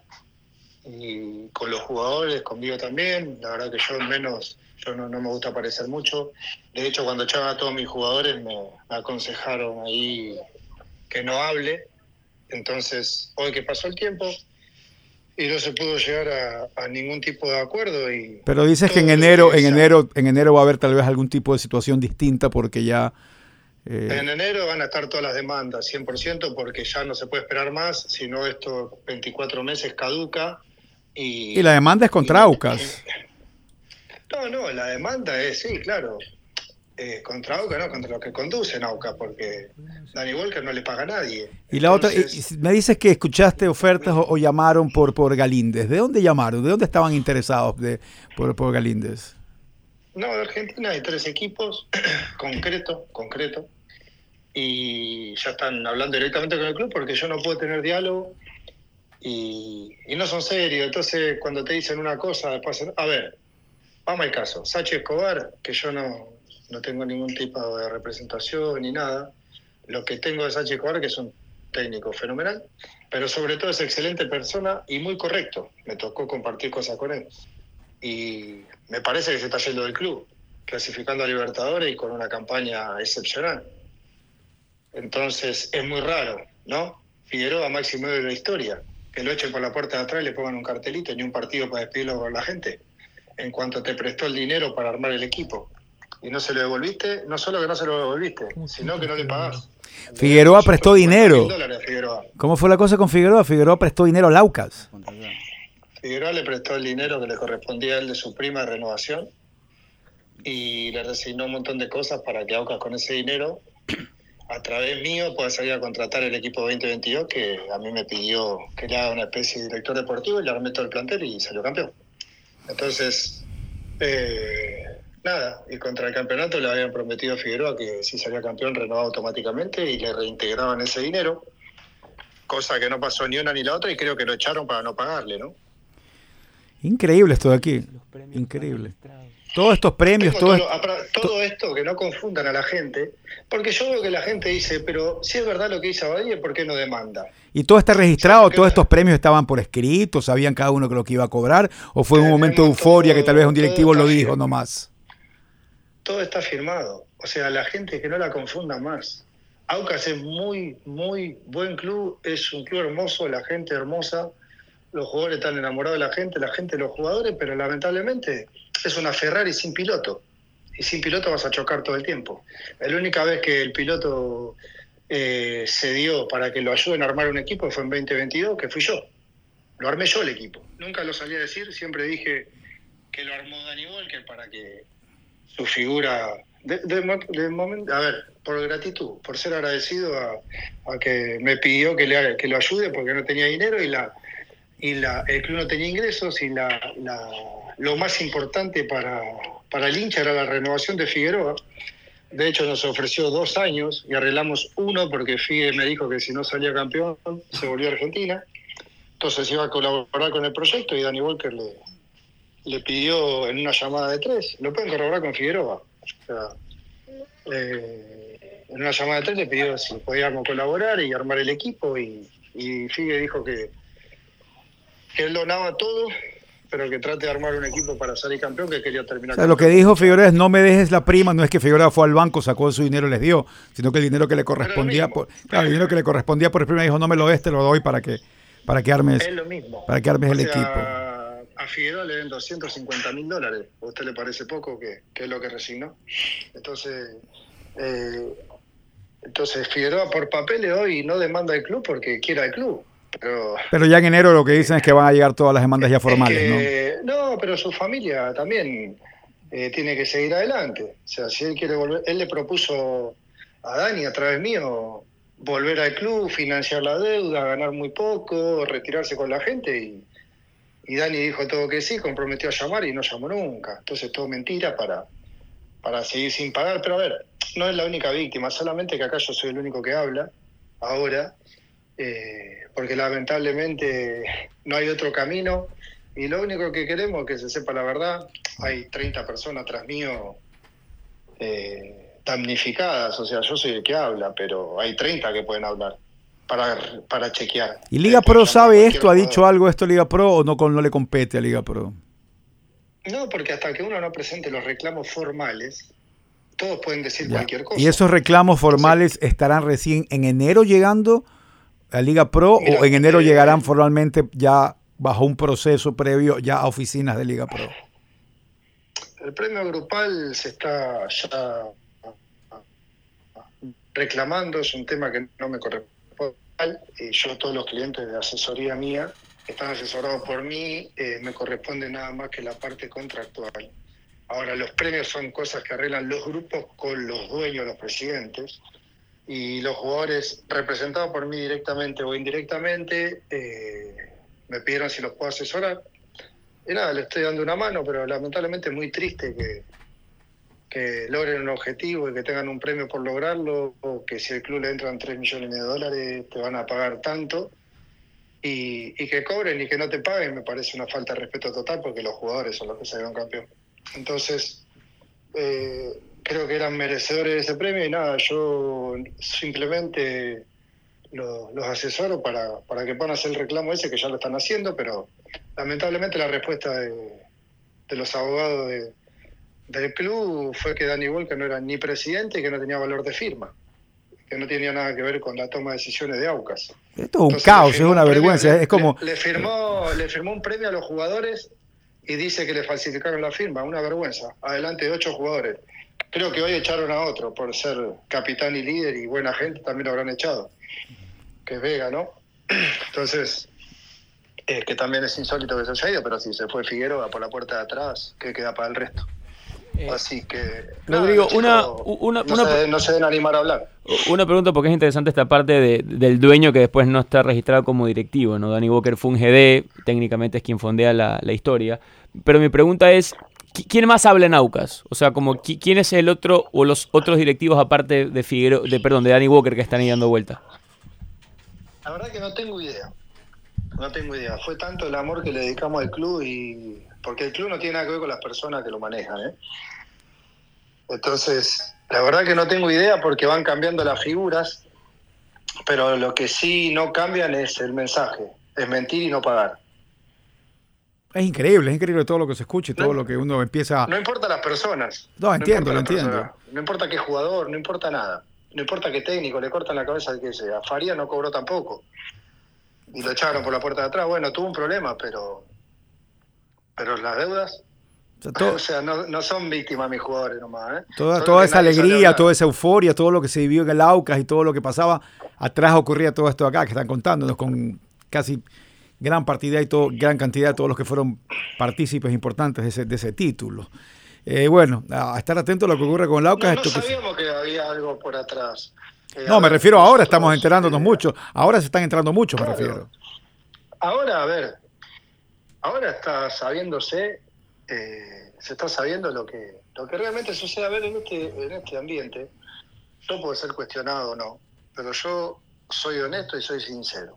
Y con los jugadores, conmigo también. La verdad que yo menos, yo no, no me gusta aparecer mucho. De hecho, cuando echaban a todos mis jugadores me, me aconsejaron ahí que no hable. Entonces, hoy que pasó el tiempo... y no se pudo llegar a, a ningún tipo de acuerdo. Y pero dices que en enero, en enero, en enero va a haber tal vez algún tipo de situación distinta porque ya... Eh... En enero van a estar todas las demandas, cien por ciento, porque ya no se puede esperar más, sino estos veinticuatro meses caduca. Y, y la demanda es contra y, Aucas. No, no, la demanda es, sí, claro, eh, contra Aucas, no, contra los que conducen Aucas, porque Danny Walker no le paga a nadie. Y la Entonces, otra, y, me dices que escuchaste ofertas o, o llamaron por, por Galíndez. ¿De dónde llamaron? ¿De dónde estaban interesados de, por, por Galíndez? No, de Argentina hay tres equipos, concreto, concreto, y ya están hablando directamente con el club porque yo no puedo tener diálogo y, y no son serios. Entonces, cuando te dicen una cosa, después... A ver, vamos al caso. Sachi Escobar, que yo no... no tengo ningún tipo de representación ni nada. Lo que tengo de Sánchez Escobar, que es un técnico fenomenal, pero sobre todo es excelente persona y muy correcto. Me tocó compartir cosas con él. Y me parece que se está yendo del club, clasificando a Libertadores y con una campaña excepcional. Entonces, es muy raro, ¿no? Figueroa, máximo de la historia, que lo echen por la puerta de atrás y le pongan un cartelito, ni un partido para despedirlo con la gente, en cuanto te prestó el dinero para armar el equipo. Y no se lo devolviste, no solo que no se lo devolviste, sino que no le pagás. Figueroa prestó dinero. Figueroa. ¿Cómo fue la cosa con Figueroa? Figueroa prestó dinero a Aucas. Figueroa le prestó el dinero que le correspondía a él de su prima de renovación y le resignó un montón de cosas para que Aucas con ese dinero, a través mío, pueda salir a contratar el equipo veinte veintidós, que a mí me pidió que le haga una especie de director deportivo y le armé todo el plantel y salió campeón. Entonces... Eh, Nada, y contra el campeonato le habían prometido a Figueroa que si salía campeón renovaba automáticamente y le reintegraban ese dinero, cosa que no pasó ni una ni la otra y creo que lo echaron para no pagarle, ¿no? Increíble esto de aquí. Increíble. Todos estos premios, Tengo todo, todo, apra- todo esto, que no confundan a la gente, porque yo veo que la gente dice, pero si es verdad lo que dice Abadía, ¿por qué no demanda? y todo está registrado, ¿Sabes qué? todos estos premios estaban por escrito, sabían cada uno que lo que iba a cobrar, o fue un Tenemos momento de euforia todo- que tal vez un directivo todo lo está dijo bien. nomás. Todo está firmado. O sea, la gente que no la confunda más. Aucas es muy, muy buen club, es un club hermoso, la gente hermosa, los jugadores están enamorados de la gente, la gente de los jugadores, pero lamentablemente es una Ferrari sin piloto. Y sin piloto vas a chocar todo el tiempo. La única vez que el piloto eh, se dio para que lo ayuden a armar un equipo fue en veinte veintidós, que fui yo. Lo armé yo el equipo. Nunca lo salí a decir, siempre dije que lo armó Dani Walker para que su figura de, de, de momento, a ver, por gratitud, por ser agradecido a, a que me pidió que, le, que lo ayude porque no tenía dinero y la y la el club no tenía ingresos y la, la lo más importante para, para el hincha era la renovación de Figueroa. De hecho nos ofreció dos años y arreglamos uno porque Figue me dijo que si no salía campeón se volvió a Argentina, entonces iba a colaborar con el proyecto y Dani Walker le le pidió en una llamada de tres, lo pueden corroborar con Figueroa, o sea, eh, en una llamada de tres le pidió si podíamos colaborar y armar el equipo y, y Figue dijo que, que él donaba todo, pero que trate de armar un equipo para salir campeón, que quería terminar O sea, lo que campeón. dijo Figueroa es no me dejes la prima, no es que Figueroa fue al banco, sacó su dinero y les dio, sino que el dinero que le correspondía mismo. por, claro, el dinero que le correspondía por el prima dijo no me lo des, te lo doy para que, para que armes, Es lo mismo. para que armes O el sea, equipo. A Figueroa le den doscientos cincuenta mil dólares. ¿A usted le parece poco que, que es lo que resignó? Entonces, eh, entonces Figueroa por papeles hoy no demanda el club porque quiera el club. Pero, Pero ya en enero lo que dicen es que van a llegar todas las demandas ya es formales, que- ¿no? No, pero su familia también eh, tiene que seguir adelante. O sea, si él quiere volver, él le propuso a Dani a través mío volver al club, financiar la deuda, ganar muy poco, retirarse con la gente y Y Dani dijo todo que sí, comprometió a llamar y no llamó nunca. Entonces todo mentira para, para seguir sin pagar. Pero a ver, no es la única víctima, solamente que acá yo soy el único que habla ahora, eh, porque lamentablemente no hay otro camino. Y lo único que queremos es que se sepa la verdad. Hay treinta personas tras mío eh, damnificadas. O sea, yo soy el que habla, pero hay treinta que pueden hablar. Para, para chequear. ¿Y Liga Después Pro llamar a sabe cualquier esto? ¿Ha dicho jugador. algo esto Liga Pro o no, con- no le compete a Liga Pro? No, porque hasta que uno no presente los reclamos formales, todos pueden decir Ya. cualquier cosa. ¿Y esos reclamos formales estarán recién en enero llegando a Liga Pro Mira, o en enero eh, llegarán formalmente ya bajo un proceso previo ya a oficinas de Liga Pro? El premio grupal se está ya reclamando, es un tema que no me corresponde. Y yo, todos los clientes de asesoría mía, están asesorados por mí, eh, me corresponde nada más que la parte contractual. Ahora, los premios son cosas que arreglan los grupos con los dueños, los presidentes, y los jugadores representados por mí directamente o indirectamente eh, me pidieron si los puedo asesorar. Y nada, le estoy dando una mano, pero lamentablemente es muy triste que, que logren un objetivo y que tengan un premio por lograrlo, o que si el club le entran tres millones de dólares te van a pagar tanto, y, y que cobren y que no te paguen me parece una falta de respeto total porque los jugadores son los que salieron campeón. Entonces, eh, creo que eran merecedores de ese premio y nada, yo simplemente lo- los asesoro para, para que puedan hacer el reclamo ese, que ya lo están haciendo, pero lamentablemente la respuesta de, de los abogados de, del club fue que Dani Walker no era ni presidente y que no tenía valor de firma, que no tenía nada que ver con la toma de decisiones de Aucas. Esto es un Entonces, caos, le es firmó una un premio, vergüenza, le- es como... Le, le firmó, le firmó un premio a los jugadores y dice que le falsificaron la firma, una vergüenza, adelante de ocho jugadores. Creo que hoy echaron a otro por ser capitán y líder y buena gente, también lo habrán echado, que es Vega, ¿no? Entonces, eh, que también es insólito que se haya ido, pero si se fue Figueroa por la puerta de atrás, ¿qué queda para el resto? Eh, Así que... Rodrigo, los una- chicos una- no, una- se, no se deben animar a hablar. Una pregunta, porque es interesante esta parte de- del dueño que después no está registrado como directivo, ¿no? Danny Walker fue un G D, técnicamente es quien fondea la, la historia. Pero mi pregunta es, ¿qui- ¿quién más habla en Aucas? O sea, como qui- ¿quién es el otro o los otros directivos aparte de Figueroa, de perdón, de Danny Walker que están ahí dando vuelta? La verdad que no tengo idea. No tengo idea. Fue tanto el amor que le dedicamos al club y... Porque el club no tiene nada que ver con las personas que lo manejan, ¿eh? Entonces, la verdad que no tengo idea porque van cambiando las figuras, pero lo que sí no cambian es el mensaje. Es mentir y no pagar. Es increíble, es increíble todo lo que se escucha y todo No, lo que uno empieza... No importa las personas. No, entiendo, importa lo la entiendo. persona. No importa qué jugador, no importa nada. No importa qué técnico, le cortan la cabeza al que sea. Faría no cobró tampoco. Y lo echaron por la puerta de atrás. Bueno, tuvo un problema, pero... Pero las deudas... O sea, todo, o sea, no, no son víctimas mis jugadores nomás, ¿eh? toda Son toda que esa nadie sale a alegría, hablar. toda esa euforia, todo lo que se vivió en el Aucas y todo lo que pasaba, atrás ocurría todo esto acá que están contándonos con casi gran partida y todo, gran cantidad de todos los que fueron partícipes importantes de ese, de ese título. Eh, bueno, a estar atento a lo que ocurre con el Aucas. No, no esto que se- sabíamos que había algo por atrás. Eh, No, a me ver, refiero ahora, nosotros, estamos enterándonos eh, mucho. Ahora se están enterando mucho, me Claro. refiero. Ahora, a ver, ahora está sabiéndose, eh, se está sabiendo lo que lo que realmente sucede. A ver, en este, en este ambiente, yo puedo ser cuestionado o no, pero yo soy honesto y soy sincero.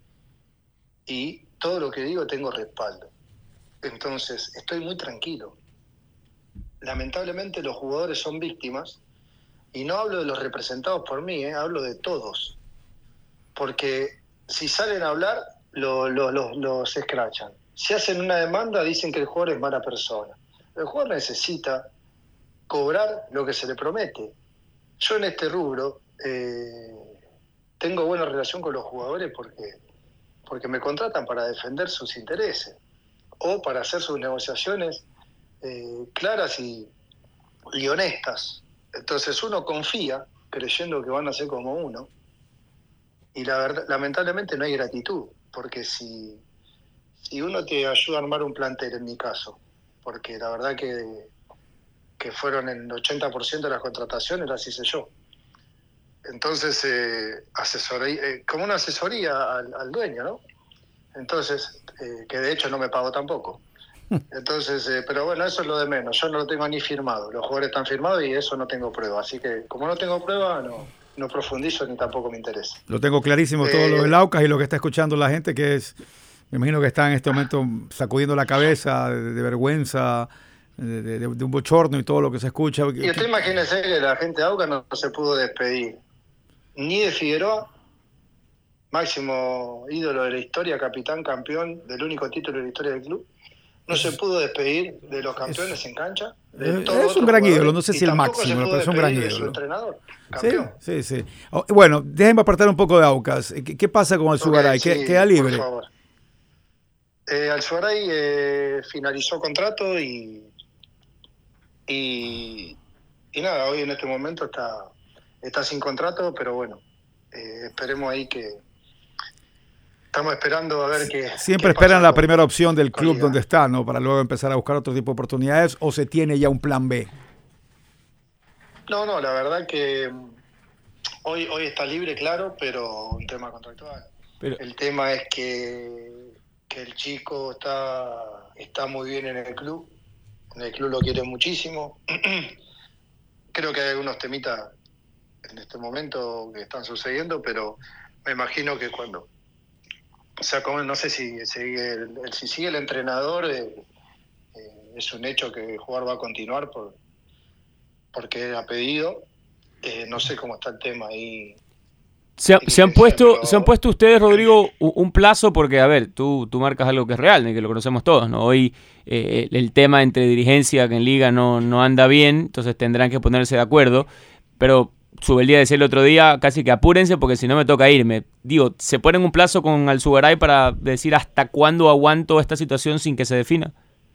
Y todo lo que digo tengo respaldo. Entonces, estoy muy tranquilo. Lamentablemente los jugadores son víctimas, y no hablo de los representados por mí, eh, hablo de todos. Porque si salen a hablar, lo- lo- lo- los escrachan. Si hacen una demanda, dicen que el jugador es mala persona. El jugador necesita cobrar lo que se le promete. Yo en este rubro eh, tengo buena relación con los jugadores porque, porque me contratan para defender sus intereses o para hacer sus negociaciones eh, claras y, y honestas. Entonces uno confía creyendo que van a ser como uno. Y la verdad, lamentablemente no hay gratitud, porque si, si uno te ayuda a armar un plantel, en mi caso, porque la verdad que, que fueron el ochenta por ciento de las contrataciones, las hice yo. Entonces, eh, asesorí, eh, como una asesoría al, al dueño, ¿no? Entonces, eh, que de hecho no me pagó tampoco. Entonces, eh, pero bueno, eso es lo de menos. Yo no lo tengo ni firmado. Los jugadores están firmados y eso no tengo prueba. Así que, como no tengo prueba, no, no profundizo ni tampoco me interesa. Lo tengo clarísimo todo Eh, lo del Aucas y lo que está escuchando la gente, que es, me imagino que está en este momento sacudiendo la cabeza de, de vergüenza, de, de- de un bochorno y todo lo que se escucha. Y usted imagínese que la gente de Aucas no se pudo despedir ni de Figueroa, máximo ídolo de la historia, capitán, campeón del único título de la historia del club. No se pudo despedir de los campeones en cancha. de es- todos es un otros gran jugadores, ídolo, no sé y si el tampoco máximo, se pudo pero es un gran despedir de su ídolo. entrenador, Sí, campeón. sí, sí. Oh, Bueno, déjenme apartar un poco de Aucas. ¿Qué, qué pasa con el Sugaray? Ok, ¿Qué- sí, ¿Queda libre? Por favor. Eh, Alzugaray eh, finalizó contrato y, y y nada, hoy en este momento está está sin contrato, pero bueno, eh, esperemos ahí que estamos esperando a ver qué Siempre qué pasa esperan la con- primera opción del con club Liga. donde está, ¿no? Para luego empezar a buscar otro tipo de oportunidades, o se tiene ya un plan B. No, no, la verdad que mm, hoy hoy está libre, claro, pero un tema contractual. Pero, El tema es que, que el chico está, está muy bien en el club, en el club lo quiere muchísimo. Creo que hay algunos temitas en este momento que están sucediendo, pero me imagino que cuando, o sea, como no sé si sigue el, el- si sigue el entrenador, eh, eh, es un hecho que el jugador va a continuar por porque ha pedido. Eh, no sé cómo está el tema ahí. ¿Se, ha- se han dirigencia, puesto, pero- ¿Se han puesto ustedes, Rodrigo, u- un plazo? Porque, a ver, tú, tú marcas algo que es real, que lo conocemos todos, ¿no? Hoy eh, el, el tema entre dirigencia que en Liga no, no anda bien, entonces tendrán que ponerse de acuerdo, pero Subeldía decía el otro día, casi que apúrense porque si no me toca irme. Digo, ¿se ponen un plazo con Alzugaray para decir hasta cuándo aguanto esta situación sin que se defina?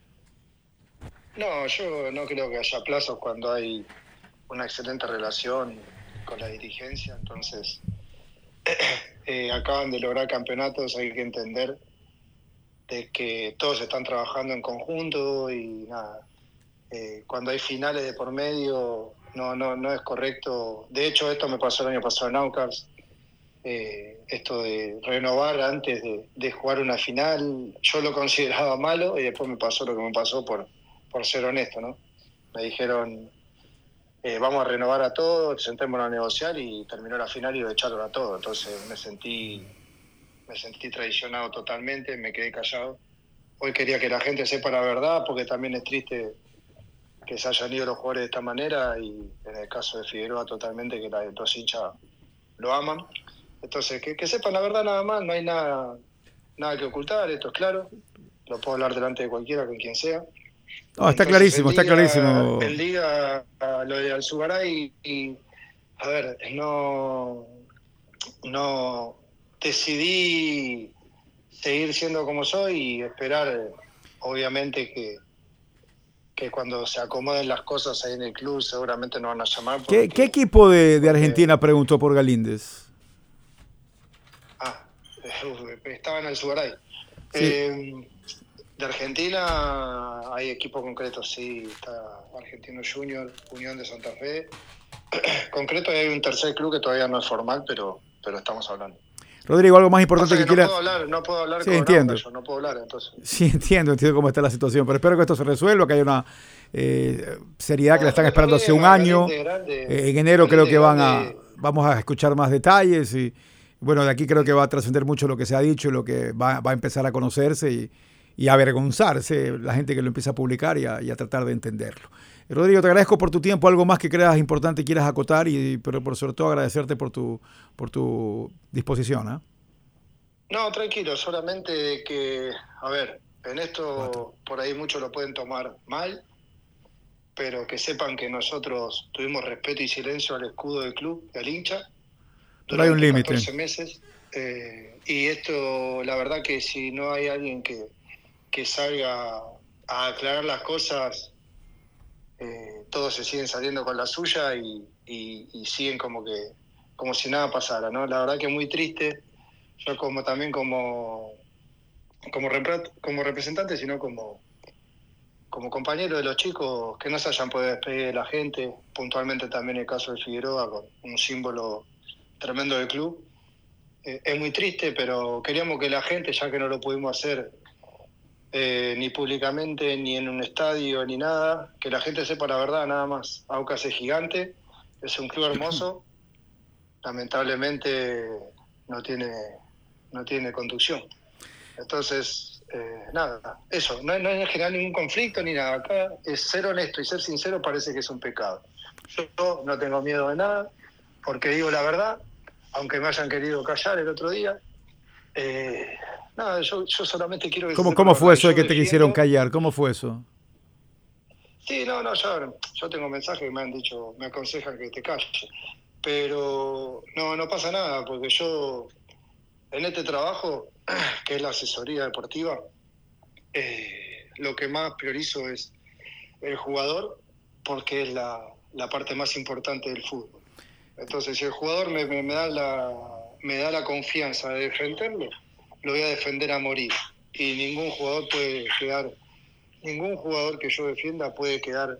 No, yo no creo que haya plazos cuando hay una excelente relación con la dirigencia, entonces eh, acaban de lograr campeonatos, hay que entender de que todos están trabajando en conjunto y nada, eh, cuando hay finales de por medio no, no, no es correcto. De hecho, esto me pasó el año pasado en Aucas, eh, esto de renovar antes de, de jugar una final, yo lo consideraba malo y después me pasó lo que me pasó por, por ser honesto, ¿no? Me dijeron, eh, vamos a renovar a todos, sentémonos a negociar y terminó la final y lo echaron a todos. Entonces me sentí me sentí traicionado totalmente, me quedé callado. Hoy quería que la gente sepa la verdad, porque también es triste que se hayan ido los jugadores de esta manera, y en el caso de Figueroa totalmente, que la- los hinchas lo aman. Entonces, que, que sepan la verdad nada más, no hay nada, nada que ocultar, esto es claro, lo puedo hablar delante de cualquiera, con quien sea. No, está Entonces, clarísimo, en está Liga- clarísimo. En Liga, a lo de Alzugaray, y, y, a ver, no, no decidí seguir siendo como soy y esperar, obviamente, que, que cuando se acomoden las cosas ahí en el club seguramente nos van a llamar. ¿Qué, porque- qué equipo de, de porque- Argentina preguntó por Galíndez? Ah, estaba en el Subaray. Sí. Eh, de Argentina hay equipos concretos, sí, está Argentino Junior, Unión de Santa Fe. Concreto hay un tercer club que todavía no es formal, pero, pero estamos hablando. Rodrigo, algo más importante Pasa que, que quiera... no puedo hablar, no puedo hablar Sí, con entiendo. Aucas, yo no puedo hablar, entonces. Sí, entiendo, entiendo cómo está la situación, pero espero que esto se resuelva, que haya una eh, seriedad que la están esperando hace un año. Eh, en enero creo que van a, vamos a escuchar más detalles y bueno, de aquí creo que va a trascender mucho lo que se ha dicho, lo que va, va a empezar a conocerse y, y a avergonzarse la gente que lo empieza a publicar y a, y a tratar de entenderlo. Rodrigo, te agradezco por tu tiempo, algo más que creas importante y quieras acotar, y, pero por sobre todo agradecerte por tu, por tu disposición. ¿eh? No, tranquilo, solamente que, a ver, en esto Cuatro. por ahí muchos lo pueden tomar mal, pero que sepan que nosotros tuvimos respeto y silencio al escudo del club, al hincha, Pero hay un durante límite. catorce meses. Eh, y esto, la verdad que si no hay alguien que, que salga a aclarar las cosas, eh, todos se siguen saliendo con la suya y, y, y siguen como que como si nada pasara, ¿no? La verdad que es muy triste. Yo como también como como, repre- como representante, sino como, como compañero de los chicos, que no se hayan podido despedir de la gente, puntualmente también el caso de Figueroa, con un símbolo tremendo del club. Eh, es muy triste, pero queríamos que la gente, ya que no lo pudimos hacer eh, ni públicamente, ni en un estadio, ni nada, que la gente sepa la verdad nada más. Aucas es gigante, es un club hermoso, lamentablemente no tiene, no tiene conducción. Entonces, eh, nada, eso, no, no es generar ningún conflicto ni nada. Acá es ser honesto y ser sincero parece que es un pecado. Yo no tengo miedo de nada, porque digo la verdad, aunque me hayan querido callar el otro día. Eh, nada, yo, yo solamente quiero... ¿Cómo, decir cómo la fue verdad. eso de Yo que te defiendo- quisieron callar? ¿Cómo fue eso? Sí, no, no, yo, yo tengo mensajes que me han dicho, me aconsejan que te calles. Pero no, no pasa nada, porque yo en este trabajo, que es la asesoría deportiva, eh, lo que más priorizo es el jugador, porque es la, la parte más importante del fútbol. Entonces, si el jugador me, me, me da la, me da la confianza de defenderlo, lo voy a defender a morir. Y ningún jugador puede quedar, ningún jugador que yo defienda puede quedar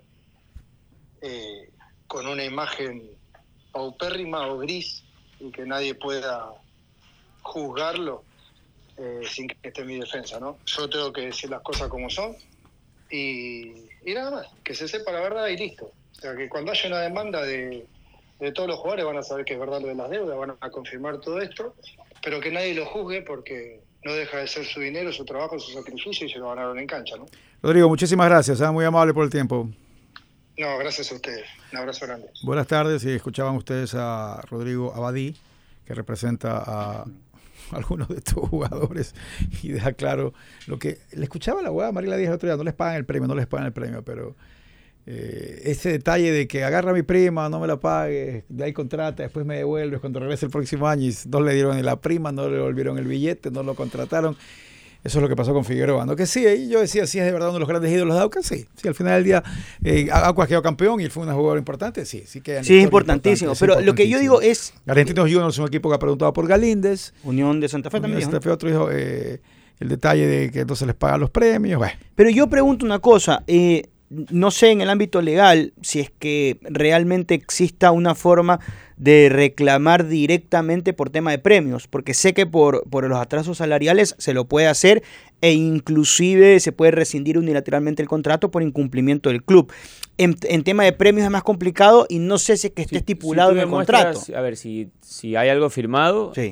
eh, con una imagen paupérrima o gris y que nadie pueda juzgarlo eh, sin que esté en mi defensa, ¿no? Yo tengo que decir las cosas como son y, y nada más, que se sepa la verdad y listo. O sea, que cuando haya una demanda de, de todos los jugadores van a saber que es verdad lo de las deudas, van a confirmar todo esto, pero que nadie lo juzgue porque no deja de ser su dinero, su trabajo, su sacrificio y se lo ganaron en cancha, ¿no? Rodrigo, muchísimas gracias, ¿eh? Muy amable por el tiempo. No, gracias a ustedes. Un abrazo grande. Buenas tardes, y escuchaban ustedes a Rodrigo Abadí, que representa a algunos de estos jugadores y deja claro lo que le escuchaba a la abogada Mariela Díaz el otro día. No les pagan el premio, no les pagan el premio, pero eh, ese detalle de que agarra a mi prima, no me la pague, de ahí contrata, después me devuelves cuando regrese el próximo año y no le dieron ni la prima, no le devolvieron el billete, no lo contrataron. Eso es lo que pasó con Figueroa, ¿no? Que sí, ahí yo decía, sí es de verdad uno de los grandes ídolos de Aucas, sí. Sí, al final del día, eh, Aucas quedó campeón y fue un jugador importante, sí. Sí, que Sí, es importantísimo. importante, Pero es lo que yo digo es... Argentinos Juniors es un equipo que ha preguntado por Galíndez. Unión de Santa Fe Unión de también. Santa Fe, otro dijo eh, el detalle de que no se les pagan los premios. Bueno. Pero yo pregunto una cosa, eh, no sé en el ámbito legal si es que realmente exista una forma de reclamar directamente por tema de premios, porque sé que por, por los atrasos salariales se lo puede hacer e inclusive se puede rescindir unilateralmente el contrato por incumplimiento del club. En, en tema de premios es más complicado y no sé si es que esté Si- estipulado si tú en el demuestras- contrato. A ver, si, si hay algo firmado, Sí.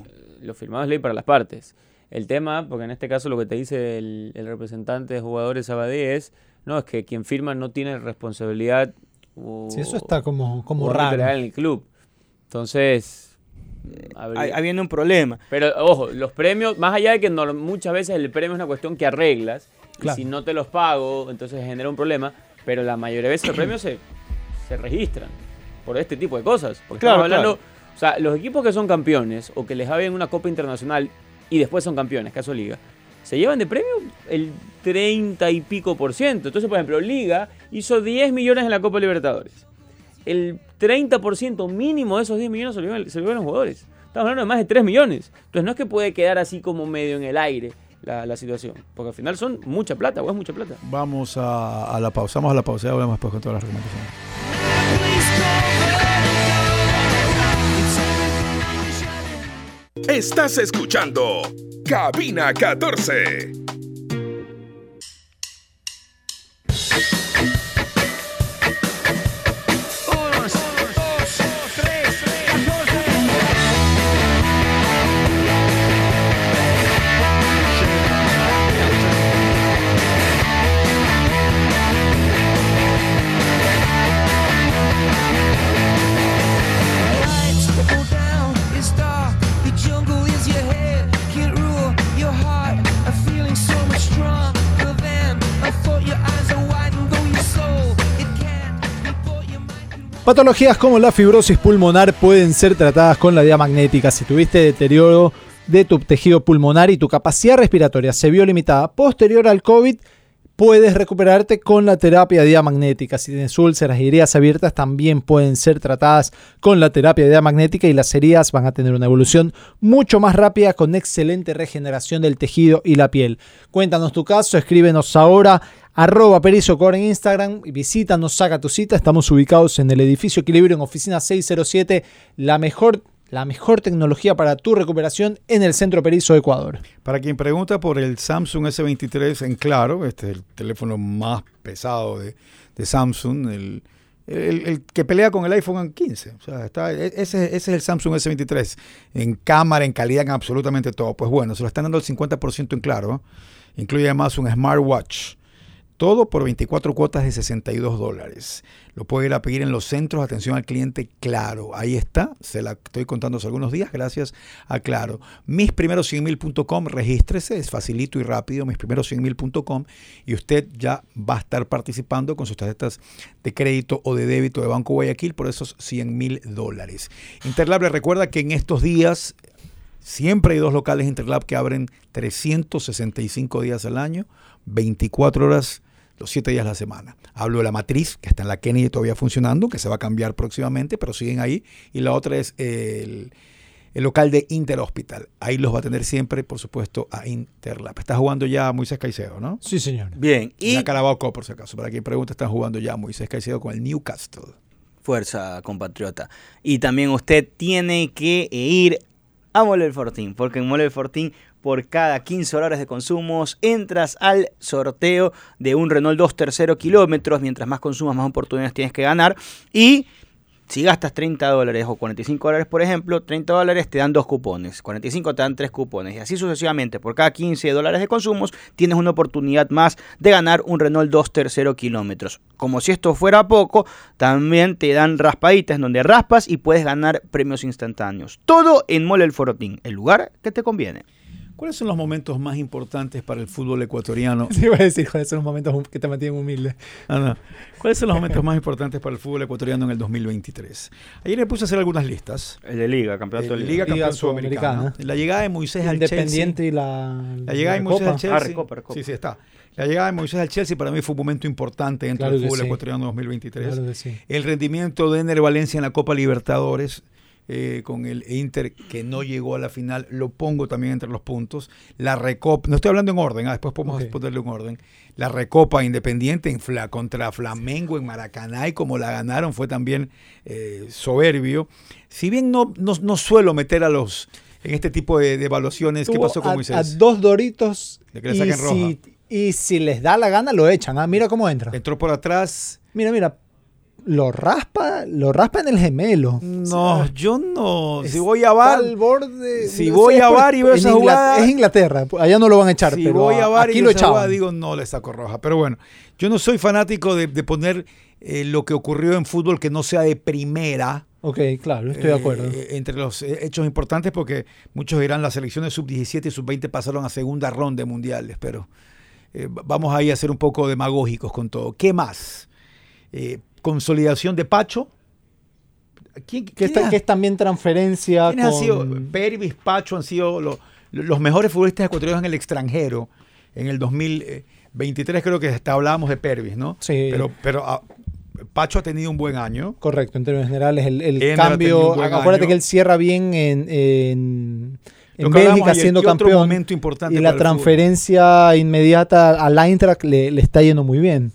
lo firmado es ley para las partes. El tema, porque en este caso lo que te dice el, el representante de jugadores Abadé es, no, es que quien firma no tiene responsabilidad o, sí, eso está como, como o raro. en el club. Entonces, habría- Ahí ahí viene un problema. pero ojo, los premios, más allá de que no- muchas veces el premio es una cuestión que arreglas, Claro. y si no te los pago, entonces genera un problema, pero la mayoría de veces los premios se, se registran por este tipo de cosas. Porque Claro, estamos hablando, o sea, los equipos que son campeones o que les va bien una Copa Internacional y después son campeones, caso Liga, se llevan de premio el treinta y pico por ciento. Entonces, por ejemplo, Liga hizo diez millones en la Copa Libertadores. El treinta por ciento mínimo de esos diez millones se lo llevan, se lo llevan los jugadores. Estamos hablando de más de tres millones. Entonces no es que puede quedar así como medio en el aire la, la situación. Porque al final son mucha plata, o es mucha plata. Vamos a, a la pausa. Vamos a la pausa y hablamos después con todas las recomendaciones. Estás escuchando Cabina catorce. Uno, dos, tres, catorce. Lights go down, it's dark, the jungle is your head, can't rule your heart, a feeling so much stronger than I thought. Your eyes are wide and though your soul, it can't be bought, your mind can run. Patologías como la fibrosis pulmonar pueden ser tratadas con la diamagnética. Si tuviste deterioro de tu tejido pulmonar y tu capacidad respiratoria se vio limitada posterior al COVID, puedes recuperarte con la terapia diamagnética. Si tienes úlceras y heridas abiertas, también pueden ser tratadas con la terapia diamagnética y las heridas van a tener una evolución mucho más rápida con excelente regeneración del tejido y la piel. Cuéntanos tu caso, escríbenos ahora arroba perizocor en Instagram y visítanos, saca tu cita. Estamos ubicados en el edificio Equilibrio en oficina seiscientos siete, la mejor La mejor tecnología para tu recuperación en el Centro Perizo de Ecuador. Para quien pregunta por el Samsung S veintitrés en claro, este es el teléfono más pesado de, de Samsung, el, el, el que pelea con el iPhone quince. O sea, está, ese, ese es el Samsung S veintitrés. En cámara, en calidad, en absolutamente todo. Pues bueno, se lo están dando el cincuenta por ciento en claro. Incluye además un smartwatch. Todo por veinticuatro cuotas de sesenta y dos dólares. Lo puede ir a pedir en los centros de atención al cliente Claro. Ahí está, se la estoy contando hace algunos días, gracias a Claro. mis primeros cien mil punto com, regístrese, es facilito y rápido, mis primeros cien mil punto com, y usted ya va a estar participando con sus tarjetas de crédito o de débito de Banco Guayaquil por esos cien mil dólares. Interlab le recuerda que en estos días siempre hay dos locales Interlab que abren trescientos sesenta y cinco días al año, veinticuatro horas los siete días a la semana. Hablo de la matriz, que está en la Kennedy todavía funcionando, que se va a cambiar próximamente, pero siguen ahí. Y la otra es el, el local de Interhospital. Ahí los va a tener siempre, por supuesto, a Interlab. Está jugando ya Moisés Caicedo, ¿no? Sí, señor. Bien, y La Carabao Cup, por si acaso. Para quien pregunta, están jugando ya Moisés Caicedo con el Newcastle. fuerza, compatriota. Y también usted tiene que ir a Mole del Fortín, porque en Mole del Fortín, por cada quince dólares de consumos, entras al sorteo de un Renault dos tercero kilómetros. Mientras más consumas, más oportunidades tienes que ganar. Y si gastas treinta dólares o cuarenta y cinco dólares, por ejemplo, treinta dólares te dan dos cupones, cuarenta y cinco te dan tres cupones. Y así sucesivamente, por cada quince dólares de consumos, tienes una oportunidad más de ganar un Renault dos tercero kilómetros. Como si esto fuera poco, también te dan raspaditas en donde raspas y puedes ganar premios instantáneos. Todo en Mole del Fortín, el lugar que te conviene. ¿Cuáles son los momentos más importantes para el fútbol ecuatoriano? Sí, iba a decir, joder, son los momentos que te mantienen humilde. Ah, no. ¿Cuáles son los momentos más importantes para el fútbol ecuatoriano en el dos mil veintitrés? Ayer me puse a hacer algunas listas. El de Liga, campeonato El de Liga Liga. Campeón Liga Sudamericana. Sudamericana. La llegada de Moisés al Chelsea. Independiente y la, La llegada de la Moisés Copa. al Chelsea. Ah, Recopa, Recopa. Sí, sí, está. La llegada de Moisés al Chelsea para mí fue un momento importante dentro Claro del que fútbol sí. ecuatoriano dos mil veintitrés. Claro que sí. El rendimiento de Ener Valencia en la Copa Libertadores. Eh, con el Inter que no llegó a la final, lo pongo también entre los puntos. La Recopa, no estoy hablando en orden, ah, después podemos Ok. ponerle un orden. La Recopa Independiente en Fla, contra Flamengo en Maracaná, y como la ganaron fue también eh, soberbio. Si bien no, no, no suelo meter a los en este tipo de, de evaluaciones, ¿qué Tuvo pasó con a, Moisés? a dos doritos De que le y, saquen si, y si les da la gana lo echan. ¿Ah? Mira cómo entra. Entró por atrás. Mira, mira. lo raspa, lo raspa en el gemelo. No, O sea, yo no. Si es- voy a VAR, está al borde. si es- voy es a por- VAR y veo en esa Ingla- jugada- Es Inglaterra, allá no lo van a echar, si pero voy a VAR y aquí veo lo esa jugada, echaban. digo, no le saco roja. Pero bueno, yo no soy fanático de, de poner eh, lo que ocurrió en fútbol que no sea de primera. Ok, claro, estoy de acuerdo. eh, entre los eh, hechos importantes, porque muchos dirán las selecciones sub diecisiete y sub veinte pasaron a segunda ronda de mundiales, pero eh, vamos ahí a ser un poco demagógicos con todo. ¿Qué más? Eh, consolidación de Pacho. ¿Quién, que, quién está- ha- que es también transferencia quiénes han sido? con... Pervis, Pacho han sido lo- los mejores futbolistas ecuatorianos en el extranjero. En el dos mil veintitrés creo que hasta hablábamos de Pervis, ¿no? Sí. Pero, pero ah, Pacho ha tenido un buen año. Correcto, en términos generales, el, el Endra ha tenido cambio. un buen Acuérdate año. que él cierra bien en, en, Lo en que hablamos Bélgica ayer, siendo ¿qué otro campeón. momento importante Y para la el fútbol? transferencia inmediata al Eintracht le, le está yendo muy bien.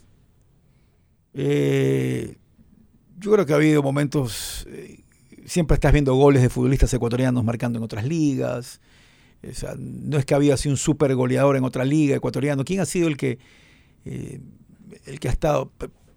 Eh, yo creo que ha habido momentos, eh, siempre estás viendo goles de futbolistas ecuatorianos marcando en otras ligas. O sea, no es que había sido un super goleador en otra liga ecuatoriano. ¿Quién ha sido el que, eh, el que ha estado?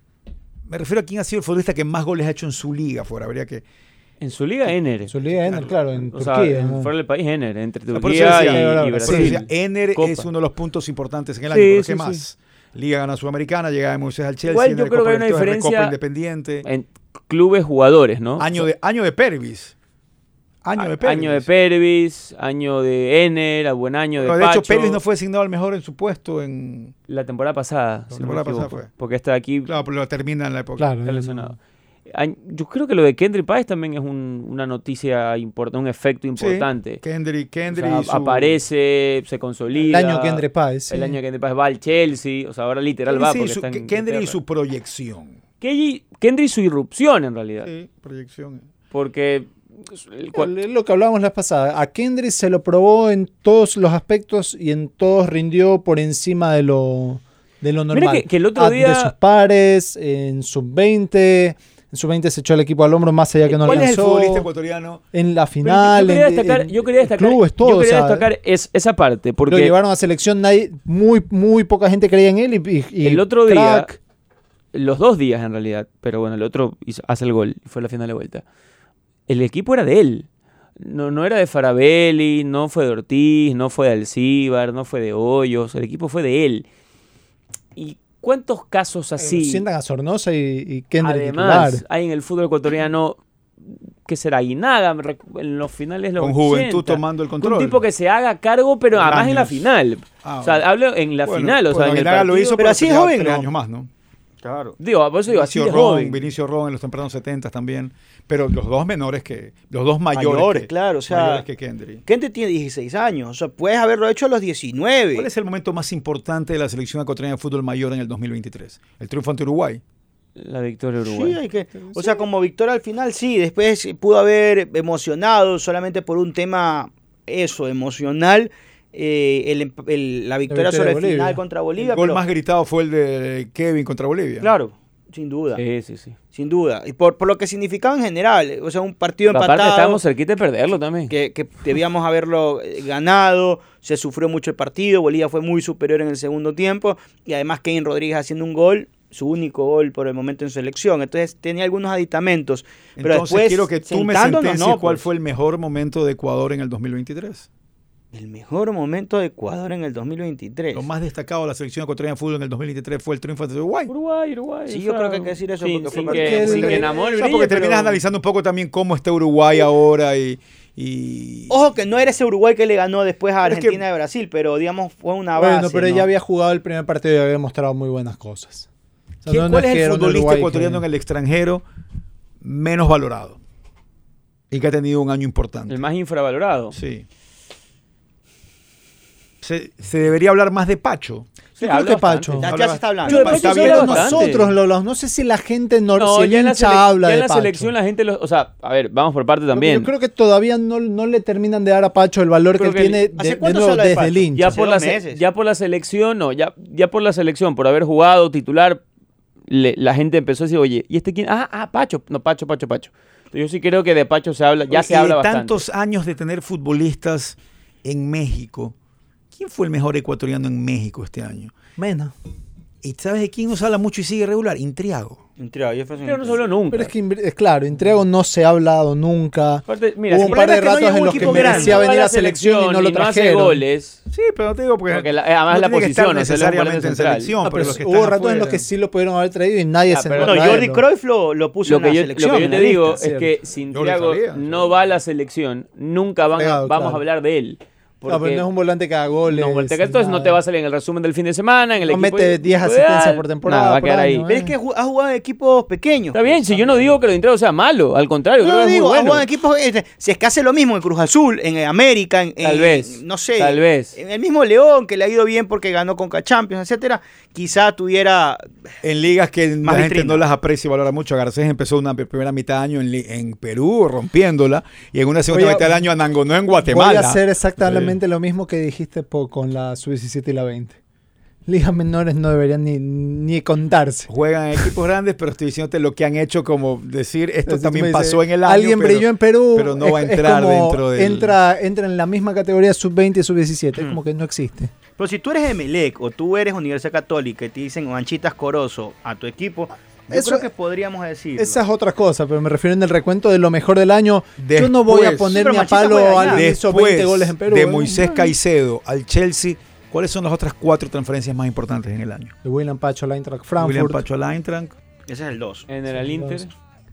Me refiero a quién ha sido el futbolista que más goles ha hecho en su liga fuera. Habría que. En su liga, Ener. Su liga Ener, claro, en O sea, Turquía. en- ¿no? fuera del país, Ener. Entre Por eso Turquía decía, y, eh, y ahora, Por eso Brasil. decía, Ener Copa. es uno de los puntos importantes en el Sí, año. ¿Pero sí, qué sí. más? Liga gana Sudamericana, llega de Moisés al Chelsea. Igual yo Ener creo Copa que hay una Libertadores, diferencia Copa Independiente. En clubes jugadores, ¿no? Año O sea, de, año de Pervis. Año de Pervis. Año de Pervis, año de Ener, a buen año de Bueno, de Pacho. hecho, Pervis no fue designado al mejor en su puesto en. La temporada pasada, La si no me temporada pasada equivoco, fue. porque está aquí Claro, pero lo termina en la época. Claro, está no- lesionado. Añ- Yo creo que lo de Kendry Páez también es un- una noticia importante, un efecto importante. Kendry, O Kendry sea, y su- aparece, se El consolida. año que Andre Páez. sí. El año que Kendry Páez va al Chelsea, o sea, ahora literal va Sí, porque su- está en Kendry y Inglaterra. su proyección. Kendry Kendry y su irrupción en realidad, Sí, proyección. porque el cual- Es lo que hablábamos la vez pasada. A Kendry se lo probó en todos los aspectos y en todos rindió por encima de lo, de lo Mira normal. que- que el otro Ah, día- De sus pares, en sub veinte. En sub veinte se echó el equipo al hombro más allá que no ¿Cuál es el alcanzó. futbolista ecuatoriano? En la Pero final. yo quería en- destacar, en- yo quería destacar, clubes, todo, yo quería o sea, destacar es, esa parte, Lo porque llevaron a selección, nadie, muy, muy poca gente creía en él. Y, y- y el otro día, crack. los dos días en realidad, pero bueno, el otro hizo- hace el gol y fue la final de vuelta. El equipo era de él. No, no era de Farabelli, no fue de Ortiz, no fue de Alcíbar, no fue de Hoyos. El equipo fue de él. ¿Y cuántos casos así? Sientan a Sornosa y, y Kendrick Además, titular. hay en el fútbol ecuatoriano, ¿qué será? Inaga, me recu- en los finales de los Con Juventud ochenta. tomando el control. Un tipo que se haga cargo, pero Por además en la años. final. Ah, o sea, bueno. hablo en la Bueno, final, o sea, bueno, en el Aguinaga lo partido. hizo, pero así es tenía joven, tres ¿no? años más, ¿no? Claro. Digo, por eso digo, así Vinicio de Ron, joven. Vinicio Ron en los tempranos setenta también. Pero los dos menores que. Los dos mayores. Mayores, que, claro, o sea, mayores que Kendry. Kendry tiene dieciséis años, o sea, puedes haberlo hecho a los diecinueve. ¿Cuál es el momento más importante de la selección ecuatoriana de fútbol mayor en el dos mil veintitrés? El triunfo ante Uruguay. La victoria de Uruguay. Sí, hay que, o sea, como victoria al final, sí, después pudo haber emocionado solamente por un tema, eso, emocional, eh, el, el- la victoria victoria sobre de el Bolivia. final contra Bolivia. El gol pero- más gritado fue el de Kevin contra Bolivia. Claro, sin duda, Sí, sí, sí. sin duda. Y por, por lo que significaba en general, o sea, un partido Pero aparte empatado. estábamos cerquita de perderlo también. que, que debíamos haberlo eh, ganado, se sufrió mucho el partido, Bolivia fue muy superior en el segundo tiempo y además Kevin Rodríguez haciendo un gol, su único gol por el momento en selección, entonces tenía algunos aditamentos, pero Entonces después quiero que tú me sentándonos, sentencies no, cuál pues, fue el mejor momento de Ecuador en el dos mil veintitrés. el mejor momento de Ecuador en el dos mil veintitrés. Lo más destacado de la selección ecuatoriana de fútbol en el dos mil veintitrés fue el triunfo ante Uruguay. Uruguay, Uruguay. Sí, o yo sea, creo que hay que decir eso Sin, porque sin fue que, porque sin el- que Namor O sea, brille, porque terminas pero- analizando un poco también cómo está Uruguay ahora y... y- Ojo que no era ese Uruguay que le ganó después a Pero es que- Argentina y Brasil, pero digamos fue una base. Bueno, pero ¿no? ya había jugado el primer partido y había mostrado muy buenas cosas. O sea, ¿Quién- no- no ¿Cuál es que el era un futbolista Uruguay ecuatoriano que- en el extranjero menos valorado? Y que ha tenido un año importante. El más infravalorado. Sí. Se, se debería hablar más de Pacho. Sí, Yo creo habla que bastante. Pacho. Ya, Habla ya se bastante. está hablando. Yo de Está Pacho se bien. habla Pero bastante. nosotros lo hablamos. No sé si la gente no, No, si el ya en la, hincha sele- habla ya en de la Pacho. selección la gente, lo, o sea, a ver, vamos por parte Yo- también. Yo creo que todavía no, no le terminan de dar a Pacho el valor Creo que él que tiene el- ¿hace de, de cuánto se nuevo habla de desde el Pacho? hincha. ya hace por, la, dos se- meses. ya por la selección, no, ya, ya por la selección, por haber jugado titular, le- la gente empezó a decir, oye, ¿y este quién? Ah, ah, Pacho. No, Pacho, Pacho, Pacho. Entonces, yo sí creo que de Pacho se habla, ya Y se habla de bastante. tantos años de tener futbolistas en México, ¿quién fue el mejor ecuatoriano en México este año? Mena. ¿Y sabes de quién nos habla mucho y sigue regular? Intriago. Intriago, Jefferson Pero no se habló nunca. Pero es que, es claro, Intriago no se ha hablado nunca. Aparte, mira, Hubo si un par de problema es que no ratos llegó en un los que equipo merecía grande. venir va a selección y no lo no hace trajeron. goles. Sí, pero no te digo porque, Porque la- además no la tiene que estar posición, o sea, él es un necesariamente volante en central. selección, No, pero pero los que hubo están ratos en los afuera- que sí lo pudieron haber traído y nadie Ah, se pero entró a No, Jordi traerlo. Cruyff lo, lo puso Lo en que, la yo, selección. lo que yo en te la digo lista. es que Yo Sintriago lo sabía, no sí. va a la selección, nunca van a- Pegado, vamos claro. a hablar de él. No, pero no es un volante que haga goles. No, Volteca, entonces no nada. te va a salir en el resumen del fin de semana, en el No equipo. mete diez asistencias por temporada, Nada, va a por quedar ahí. año, Pero es que ju- ha jugado en equipos pequeños. Está bien, si yo no digo que lo de Intriago sea malo, al contrario, No, creo que es digo, muy ha bueno. jugado en equipos. este, si es que hace lo mismo en Cruz Azul, en eh, América, en, Tal en- vez, no sé, tal vez. en el mismo León, que le ha ido bien porque ganó Conca Champions, etcétera, quizá tuviera. En ligas que Más la gente vitrina. no las aprecia y valora mucho. Garcés empezó una primera mitad de año en, li- en Perú rompiéndola y en una segunda Voy a- mitad del año anangonó en Voy Guatemala. a hacer exactamente lo mismo que dijiste po- con la sub diecisiete y la veinte. Ligas menores no deberían ni, ni contarse. Juegan en equipos grandes, pero estoy diciéndote lo que han hecho, como decir, esto Entonces, también tú me dices, pasó en el año. Alguien pero- brilló en Perú, pero no va a es- es entrar como dentro del- Entra, entra en la misma categoría sub veinte y sub diecisiete. Mm. Es como que no existe. Pero si tú eres Emelec o tú eres Universidad Católica y te dicen Manchitas Corozo a tu equipo, yo Eso- creo que podríamos decir. Esa es otra cosa, pero me refiero en el recuento de lo mejor del año. Yo no voy a Después- poner Sí, pero ni a Machita palo juega a allá. alguien que hizo Después veinte goles en Perú. de ¿eh? Moisés Caicedo al Chelsea, ¿cuáles son las otras cuatro transferencias más importantes en el año? De William Pacho al Eintracht Frankfurt. William Pacho al Eintracht, Ese es el dos. En el Sí, Inter. dos.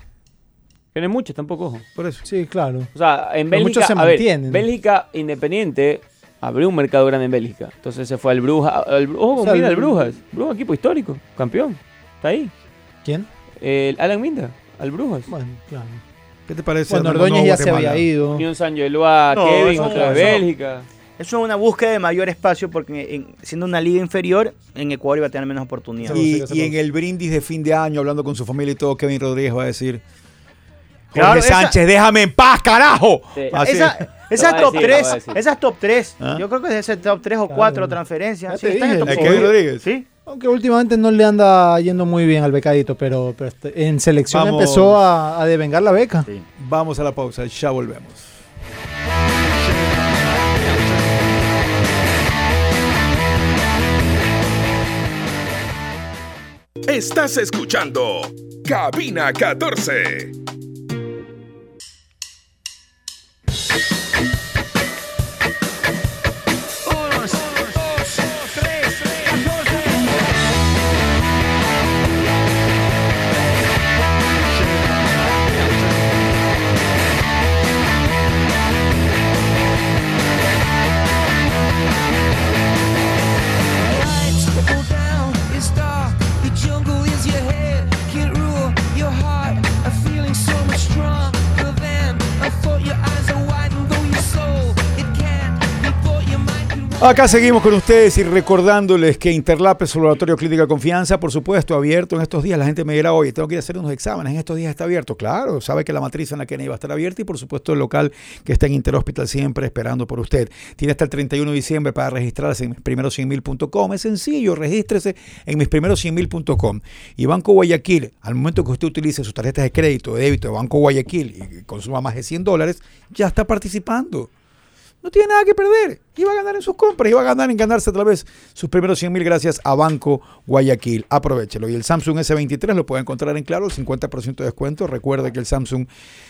Tiene muchos tampoco, ojo. por eso. Sí, claro. O sea, en Pero Bélgica, muchos se a ver, mantienen. Bélgica Independiente abrió un mercado grande en Bélgica. Entonces se fue al Brujas. Al, ojo, con O sea, Minda, el- al Brujas. Brujas, equipo histórico, campeón. Está ahí. ¿Quién? El Alan Minda, al Brujas. Bueno, claro. ¿Qué te parece? Bueno, Armando Ordóñez Nuevo ya se Guatemala? había ido. Unión San Eloy, No, Kevin, eso otra no, vez eso no. Bélgica. Eso es una búsqueda de mayor espacio porque en- siendo una liga inferior, en Ecuador iba a tener menos oportunidades. Sí, Y, sí, sí, y sí. en el brindis de fin de año, hablando con su familia y todo, Kevin Rodríguez va a decir: Jorge Claro, esa- Sánchez, déjame en paz, carajo. Sí. Así. Esa, esas Lo va a top decir, lo va a tres, decir. esas top tres, ¿Ah? yo creo que es ese top tres o Claro. cuatro transferencias. Ya Sí, te está en el dije, top ¿El cinco. Kevin Rodríguez? Sí. Aunque últimamente no le anda yendo muy bien al becadito, pero, pero este- en selección Vamos. empezó a, a devengar la beca. Sí. Vamos a la pausa, ya volvemos. Estás escuchando Cabina catorce. Uno, dos, tres, catorce. Lights go down, it's dark, the jungle is your head, can't rule your heart, a feeling so much stronger than I thought your eyes are wide and though your soul, it can't be bought, your mind can walk. Acá seguimos con ustedes y recordándoles que Interlap es un laboratorio clínica de confianza, por supuesto, abierto en estos días. La gente me dirá, oye, tengo que ir a hacer unos exámenes, en estos días está abierto. Claro, sabe que la matriz en la Kennedy va a estar abierta y por supuesto el local que está en Interhospital siempre esperando por usted. Tiene hasta el treinta y uno de diciembre para registrarse en mis primeros cien mil punto com. Es sencillo, regístrese en mis primeros cien mil punto com. Y Banco Guayaquil, al momento que usted utilice sus tarjetas de crédito, de débito de Banco Guayaquil y consuma más de cien dólares, ya está participando. No tiene nada que perder. Iba a ganar en sus compras, iba a ganar en ganarse otra vez sus primeros cien mil gracias a Banco Guayaquil. Aprovechelo. Y el Samsung ese veintitrés lo puede encontrar en Claro, el cincuenta por ciento de descuento. Recuerde que el Samsung,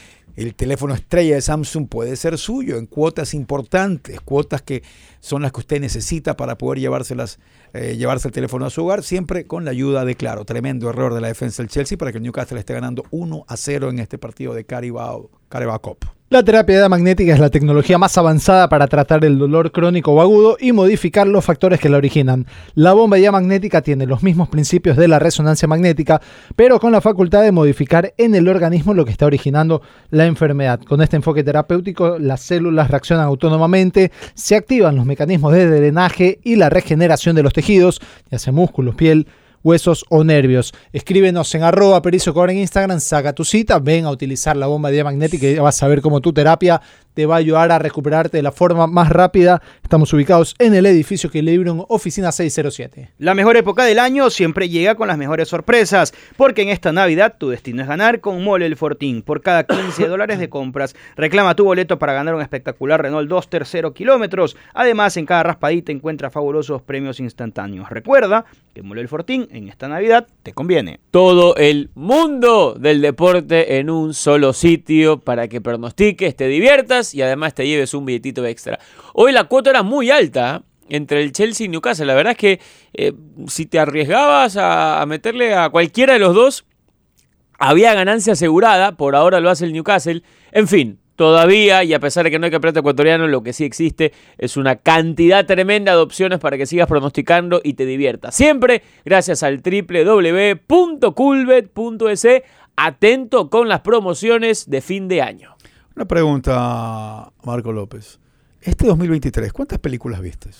el teléfono estrella de Samsung puede ser suyo en cuotas importantes, cuotas que son las que usted necesita para poder llevárselas, eh, llevarse el teléfono a su hogar, siempre con la ayuda de Claro. Tremendo error de la defensa del Chelsea para que el Newcastle esté ganando uno a cero en este partido de Carabao, Carabao Cup. La terapia magnética es la tecnología más avanzada para tratar el dolor crónico o agudo y modificar los factores que la originan. La bomba magnética tiene los mismos principios de la resonancia magnética, pero con la facultad de modificar en el organismo lo que está originando la enfermedad. Con este enfoque terapéutico, las células reaccionan autónomamente, se activan los mecanismos de drenaje y la regeneración de los tejidos, ya sea músculos, piel, huesos o nervios. Escríbenos en arroba Perizo Cobra en Instagram, saca tu cita, ven a utilizar la bomba diamagnética y vas a ver cómo tu terapia te va a ayudar a recuperarte de la forma más rápida. Estamos ubicados en el edificio Equilibrium, oficina seiscientos siete. La mejor época del año siempre llega con las mejores sorpresas, porque en esta Navidad tu destino es ganar con Mole El Fortín. Por cada quince dólares de compras, reclama tu boleto para ganar un espectacular Renault Duster cero kilómetros. Además, en cada raspadita encuentra fabulosos premios instantáneos. Recuerda que Mole El Fortín en esta Navidad, te conviene. Todo el mundo del deporte en un solo sitio para que pronostiques, te diviertas y además te lleves un billetito extra. Hoy la cuota era muy alta entre el Chelsea y Newcastle. La verdad es que eh, si te arriesgabas a, a meterle a cualquiera de los dos, había ganancia asegurada. Por ahora lo hace el Newcastle. En fin, todavía, y a pesar de que no hay campeonato ecuatoriano, lo que sí existe es una cantidad tremenda de opciones para que sigas pronosticando y te diviertas. Siempre gracias al doble u doble u doble u punto coolbet punto es. Atento con las promociones de fin de año. Una pregunta, Marco López. Este dos mil veintitrés, ¿cuántas películas viste?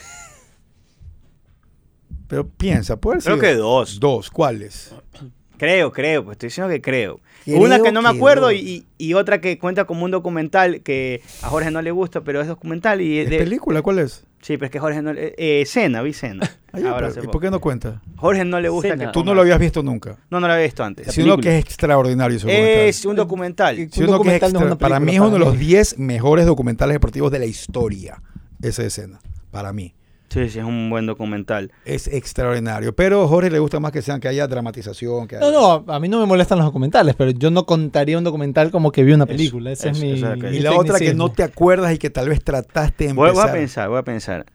Pero piensa, ¿puede ser? Creo que dos. Dos, ¿cuáles? Creo, creo, pues estoy diciendo que creo. Creo Una que no me que acuerdo dos. y, y otra que cuenta como un documental que a Jorge no le gusta, pero es documental. y ¿Es de, película? ¿Cuál es? Sí, pero es que Jorge no le... Eh, Cena, vi Cena. Ah, ya, Ahora pero, hace ¿y poco. por qué no cuenta? Jorge no le gusta Cena. que Tú no ponga- lo habías visto nunca. No, no lo había visto antes. Si uno película. que es extraordinario ese documental. Es un documental. Un Si uno que es documental no es extra- una para película, mí es uno de para los mí. diez mejores documentales deportivos de la historia. Esa escena, para mí. Sí, sí, es un buen documental. Es extraordinario. Pero a Jorge le gusta más que sean que haya dramatización. Que haya... No, no, a mí no me molestan los documentales, pero yo no contaría un documental como que vi una película. Ese eso, es mi. eso es lo que- mi Y la otra que tecnicismo. no te acuerdas y que tal vez trataste de Voy, empezar. voy a pensar, voy a pensar.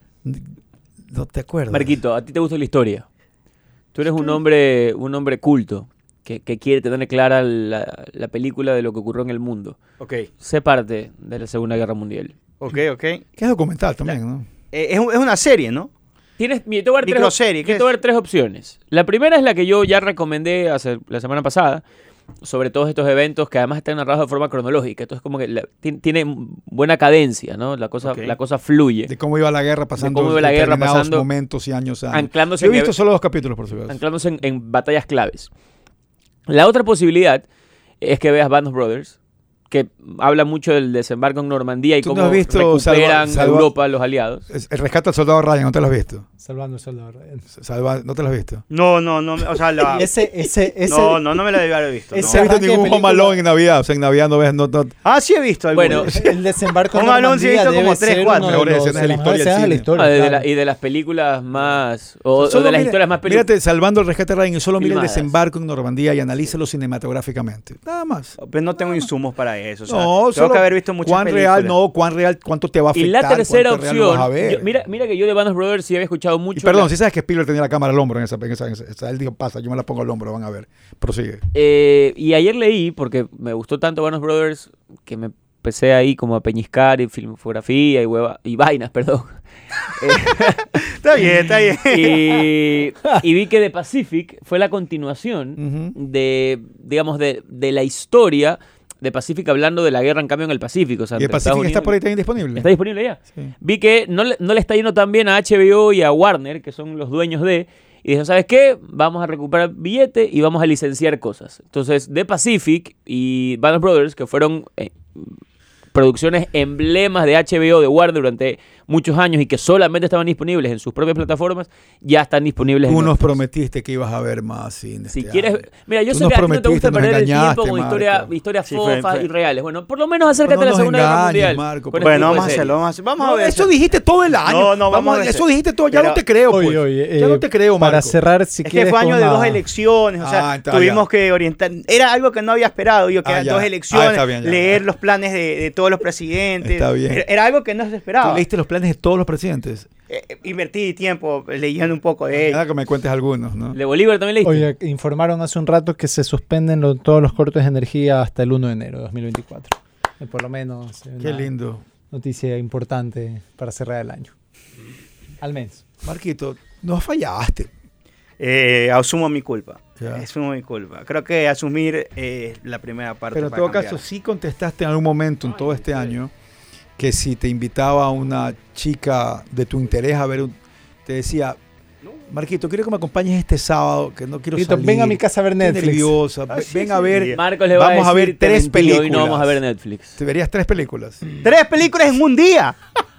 No te acuerdas. Marquito, a ti te gusta la historia. Tú eres un hombre, un hombre culto que, que quiere tener clara la, la película de lo que ocurrió en el mundo. Ok, Sé parte de la Segunda Guerra Mundial. ok, ok. Que es documental también, ¿no? Eh, es, un- es una serie, ¿no? Tienes, mira, te voy a dar tres, Microserie, op- ¿qué te voy a es? dar tres opciones. La primera es la que yo ya recomendé hace, la semana pasada, sobre todos estos eventos que además están narrados de forma cronológica. Entonces como que la- ti- tiene buena cadencia, ¿no? La cosa, Ok. la cosa fluye. De cómo iba la guerra pasando. cómo iba la guerra determinados pasando, momentos y años. años. anclándose Yo he en visto ev- solo dos capítulos, por supuesto. anclándose en, en batallas claves. La otra posibilidad es que veas Band of Brothers, que habla mucho del desembarco en Normandía y ¿Tú no cómo has visto recuperan Salva- Salva- Europa los aliados. Es- El rescate al soldado Ryan, ¿no te lo has visto? Salvando el soldado Ryan. Salva, ¿no te lo has visto? No, no, no, o sea, la... Y ese, ese, ese. no, no, no me la debí haber visto. ese no. No he visto arranque de ningún Home película- Alone en Navidad. O sea, en Navidad no ves. No, no- Ah, sí he visto alguno. Bueno, El desembarco en Home Alone sí he Normandía visto como debe tres, ser cuatro. uno de Mejores los- escenas de la las mejores historia del escenas de la cine. historia, Ah, de claro. la- y de las películas más... O, o Solo de las mira- historias más películas. Mírate, salvando el rescate Ryan, y solo mira el Filmadas. desembarco en Normandía y analízalo cinematográficamente. Nada más. Pero no tengo insumos para eso. O sea, No, tengo solo que haber visto muchas cuán películas. real, no, cuán real, cuánto te va a Y afectar. la tercera cuánto real lo vas a opción... ver. yo- mira, mira que yo de Band of Brothers sí había escuchado mucho... Y perdón, la- si sabes que Spielberg tenía la cámara al hombro en esa, en esa, en esa- esa- él dijo, pasa, yo me la pongo al hombro, van a ver. Prosigue. Eh, y ayer leí, porque me gustó tanto Band of Brothers, que me empecé ahí como a peñiscar en filmografía y, hueva, y vainas, perdón. Está bien, está bien. y, y vi que The Pacific fue la continuación Ujú. de, digamos, de, de la historia de Pacific, hablando de la guerra en cambio en el Pacífico. O sea, Y el entre Estados Pacific está Unidos- por ahí también disponible. ¿Está disponible ya? Sí. Vi que no le, no le está yendo tan bien a H B O y a Warner, que son los dueños de, y dijeron, ¿sabes qué? Vamos a recuperar billete y vamos a licenciar cosas. Entonces, The Pacific y Band of Brothers, que fueron eh, producciones emblemas de H B O, de Warner durante muchos años y que solamente estaban disponibles en sus propias plataformas, ya están disponibles Tú en nos Netflix. prometiste que ibas a ver más cine. Si este quieres, año. mira, yo Tú sé nos que a ti no te prometiste, gusta nos perder el engañaste, tiempo con historia, Marco. historias Sí, fue- fofas fue- y reales. Bueno, por lo menos acércate No a la nos Segunda Guerra engañes, Mundial. Marco, con por este Bueno, tipo de vamos a hacerlo, series. vamos a hacerlo. Vamos No, a ver. eso dijiste todo el año. No, no, vamos a ver. Eso dijiste todo, ya Pero- no te creo, pues. Oye, oye, ya eh, no te creo, Marco. Para cerrar, si Es que quieres. fue año con de una- dos elecciones, o sea, Ah, está, tuvimos ya. que orientar. Era algo que no había esperado, yo, que Ah, eran ya. dos Ah, elecciones, está bien, ya. leer los planes de, de todos los presidentes. Está bien. Era, era algo que no se Tú esperaba. leíste los planes de todos los presidentes. Eh, eh, invertí tiempo leyendo un poco de Nada ellos. que me cuentes algunos, ¿no? ¿De Bolívar también leíste? Oye, informaron hace un rato que se suspenden lo- todos los cortes de energía hasta el primero de enero de dos mil veinticuatro. Eh, Por lo menos eh, Qué una lindo. noticia importante para cerrar el año. Al menos. Marquito, no fallaste. Eh, asumo mi culpa. Ya. Asumo mi culpa. Creo que asumir eh, la primera parte. Pero en para todo cambiar. caso, sí contestaste en algún momento en todo este año que si te invitaba a una chica de tu interés a ver, un- te decía, Marquito, quiero que me acompañes este sábado, que no quiero Marquito, salir. ven a mi casa a ver estoy Netflix. nerviosa. Ah, Ve- sí, ven sí, a ver, sí. Marcos le va vamos a, a ver decir, "Te tres mentí, hoy películas. no vamos a ver Netflix. te verías tres películas. Tres películas en un día.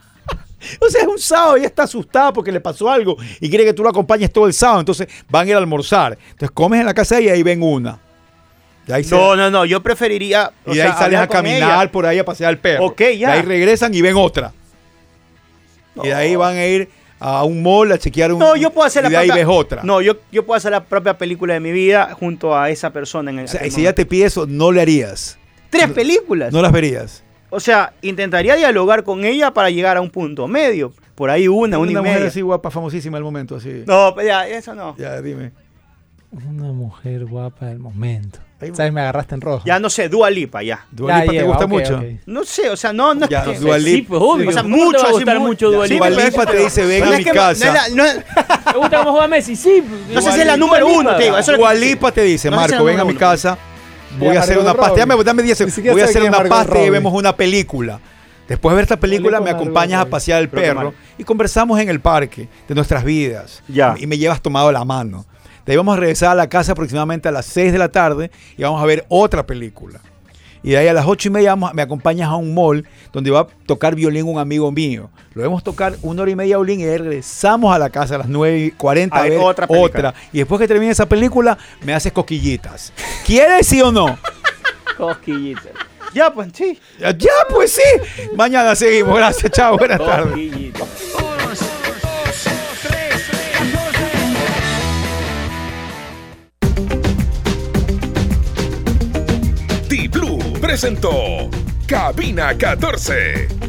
O sea, es un sábado y ella está asustada porque le pasó algo y quiere que tú la acompañes todo el sábado. Entonces van a ir a almorzar. Entonces comes en la casa de ella y ahí ven una. Y ahí, se- No, no, no. Yo preferiría. o y de ahí sea, sales a hablar con caminar ella. por ahí a pasear al perro. Ok, ya. De ahí regresan y ven otra. Y de ahí van a ir a un mall a chequear un... No, yo puedo hacer y la de ahí propia, ves otra. No, yo, yo puedo hacer la propia película de mi vida junto a esa persona en el O sea, aquel y si ella momento. te pide eso, no le harías. Tres películas. No las verías. O sea, intentaría dialogar con ella para llegar a un punto medio. Por ahí una, una, y mujer media. así guapa, famosísima al momento, así. No, pues ya, eso no. Ya, dime. Una mujer guapa del momento. Ahí- ¿Sabes? Me agarraste en rojo. Ya no sé, Dua Lipa, ya. Dua Ya Lipa te lleva, gusta ok, mucho. ok. No sé, o sea, no, no Ya, es que... Dua Lipa. Sí, pues obvio. O sea, ¿Cómo no te mucho, va a así, gustar muy- mucho Dua Sí, Lipa? Dua Lipa te dice, ven No a es mi que no- casa. No, es la- no es- ¿Te gusta cómo juega Messi? Sí. no sé si es la número uno, te digo. Eso es lo que- Dua Lipa te dice, No sé si Marco, es ven a número mi uno. casa, voy Mira, a hacer Margot una pasta. Robbie. Dame, dame diez Ni segundos. siquiera Voy a sabe hacer quién es una Margot pasta y Robbie. vemos una película. Después de ver esta película, Dua me Lipa, acompañas a Margot pasear al Robbie. Creo que perro mal. y conversamos en el parque de nuestras vidas. Ya. Y me llevas tomado la mano. De ahí vamos a regresar a la casa aproximadamente a las seis de la tarde y vamos a ver otra película. Y de ahí a las ocho y media vamos- me acompañas a un mall donde va a tocar violín un amigo mío. Lo vemos tocar una hora y media violín y de ahí regresamos a la casa a las nueve y cuarenta a A ver ver otra otra, película. Y después que termine esa película, me haces cosquillitas. ¿Quieres sí o no? Cosquillita. Ya, pues sí. Ya, ya, pues sí. Mañana seguimos. Gracias, chao. Buenas tardes. Cosquillita. T-Blue presentó Cabina catorce.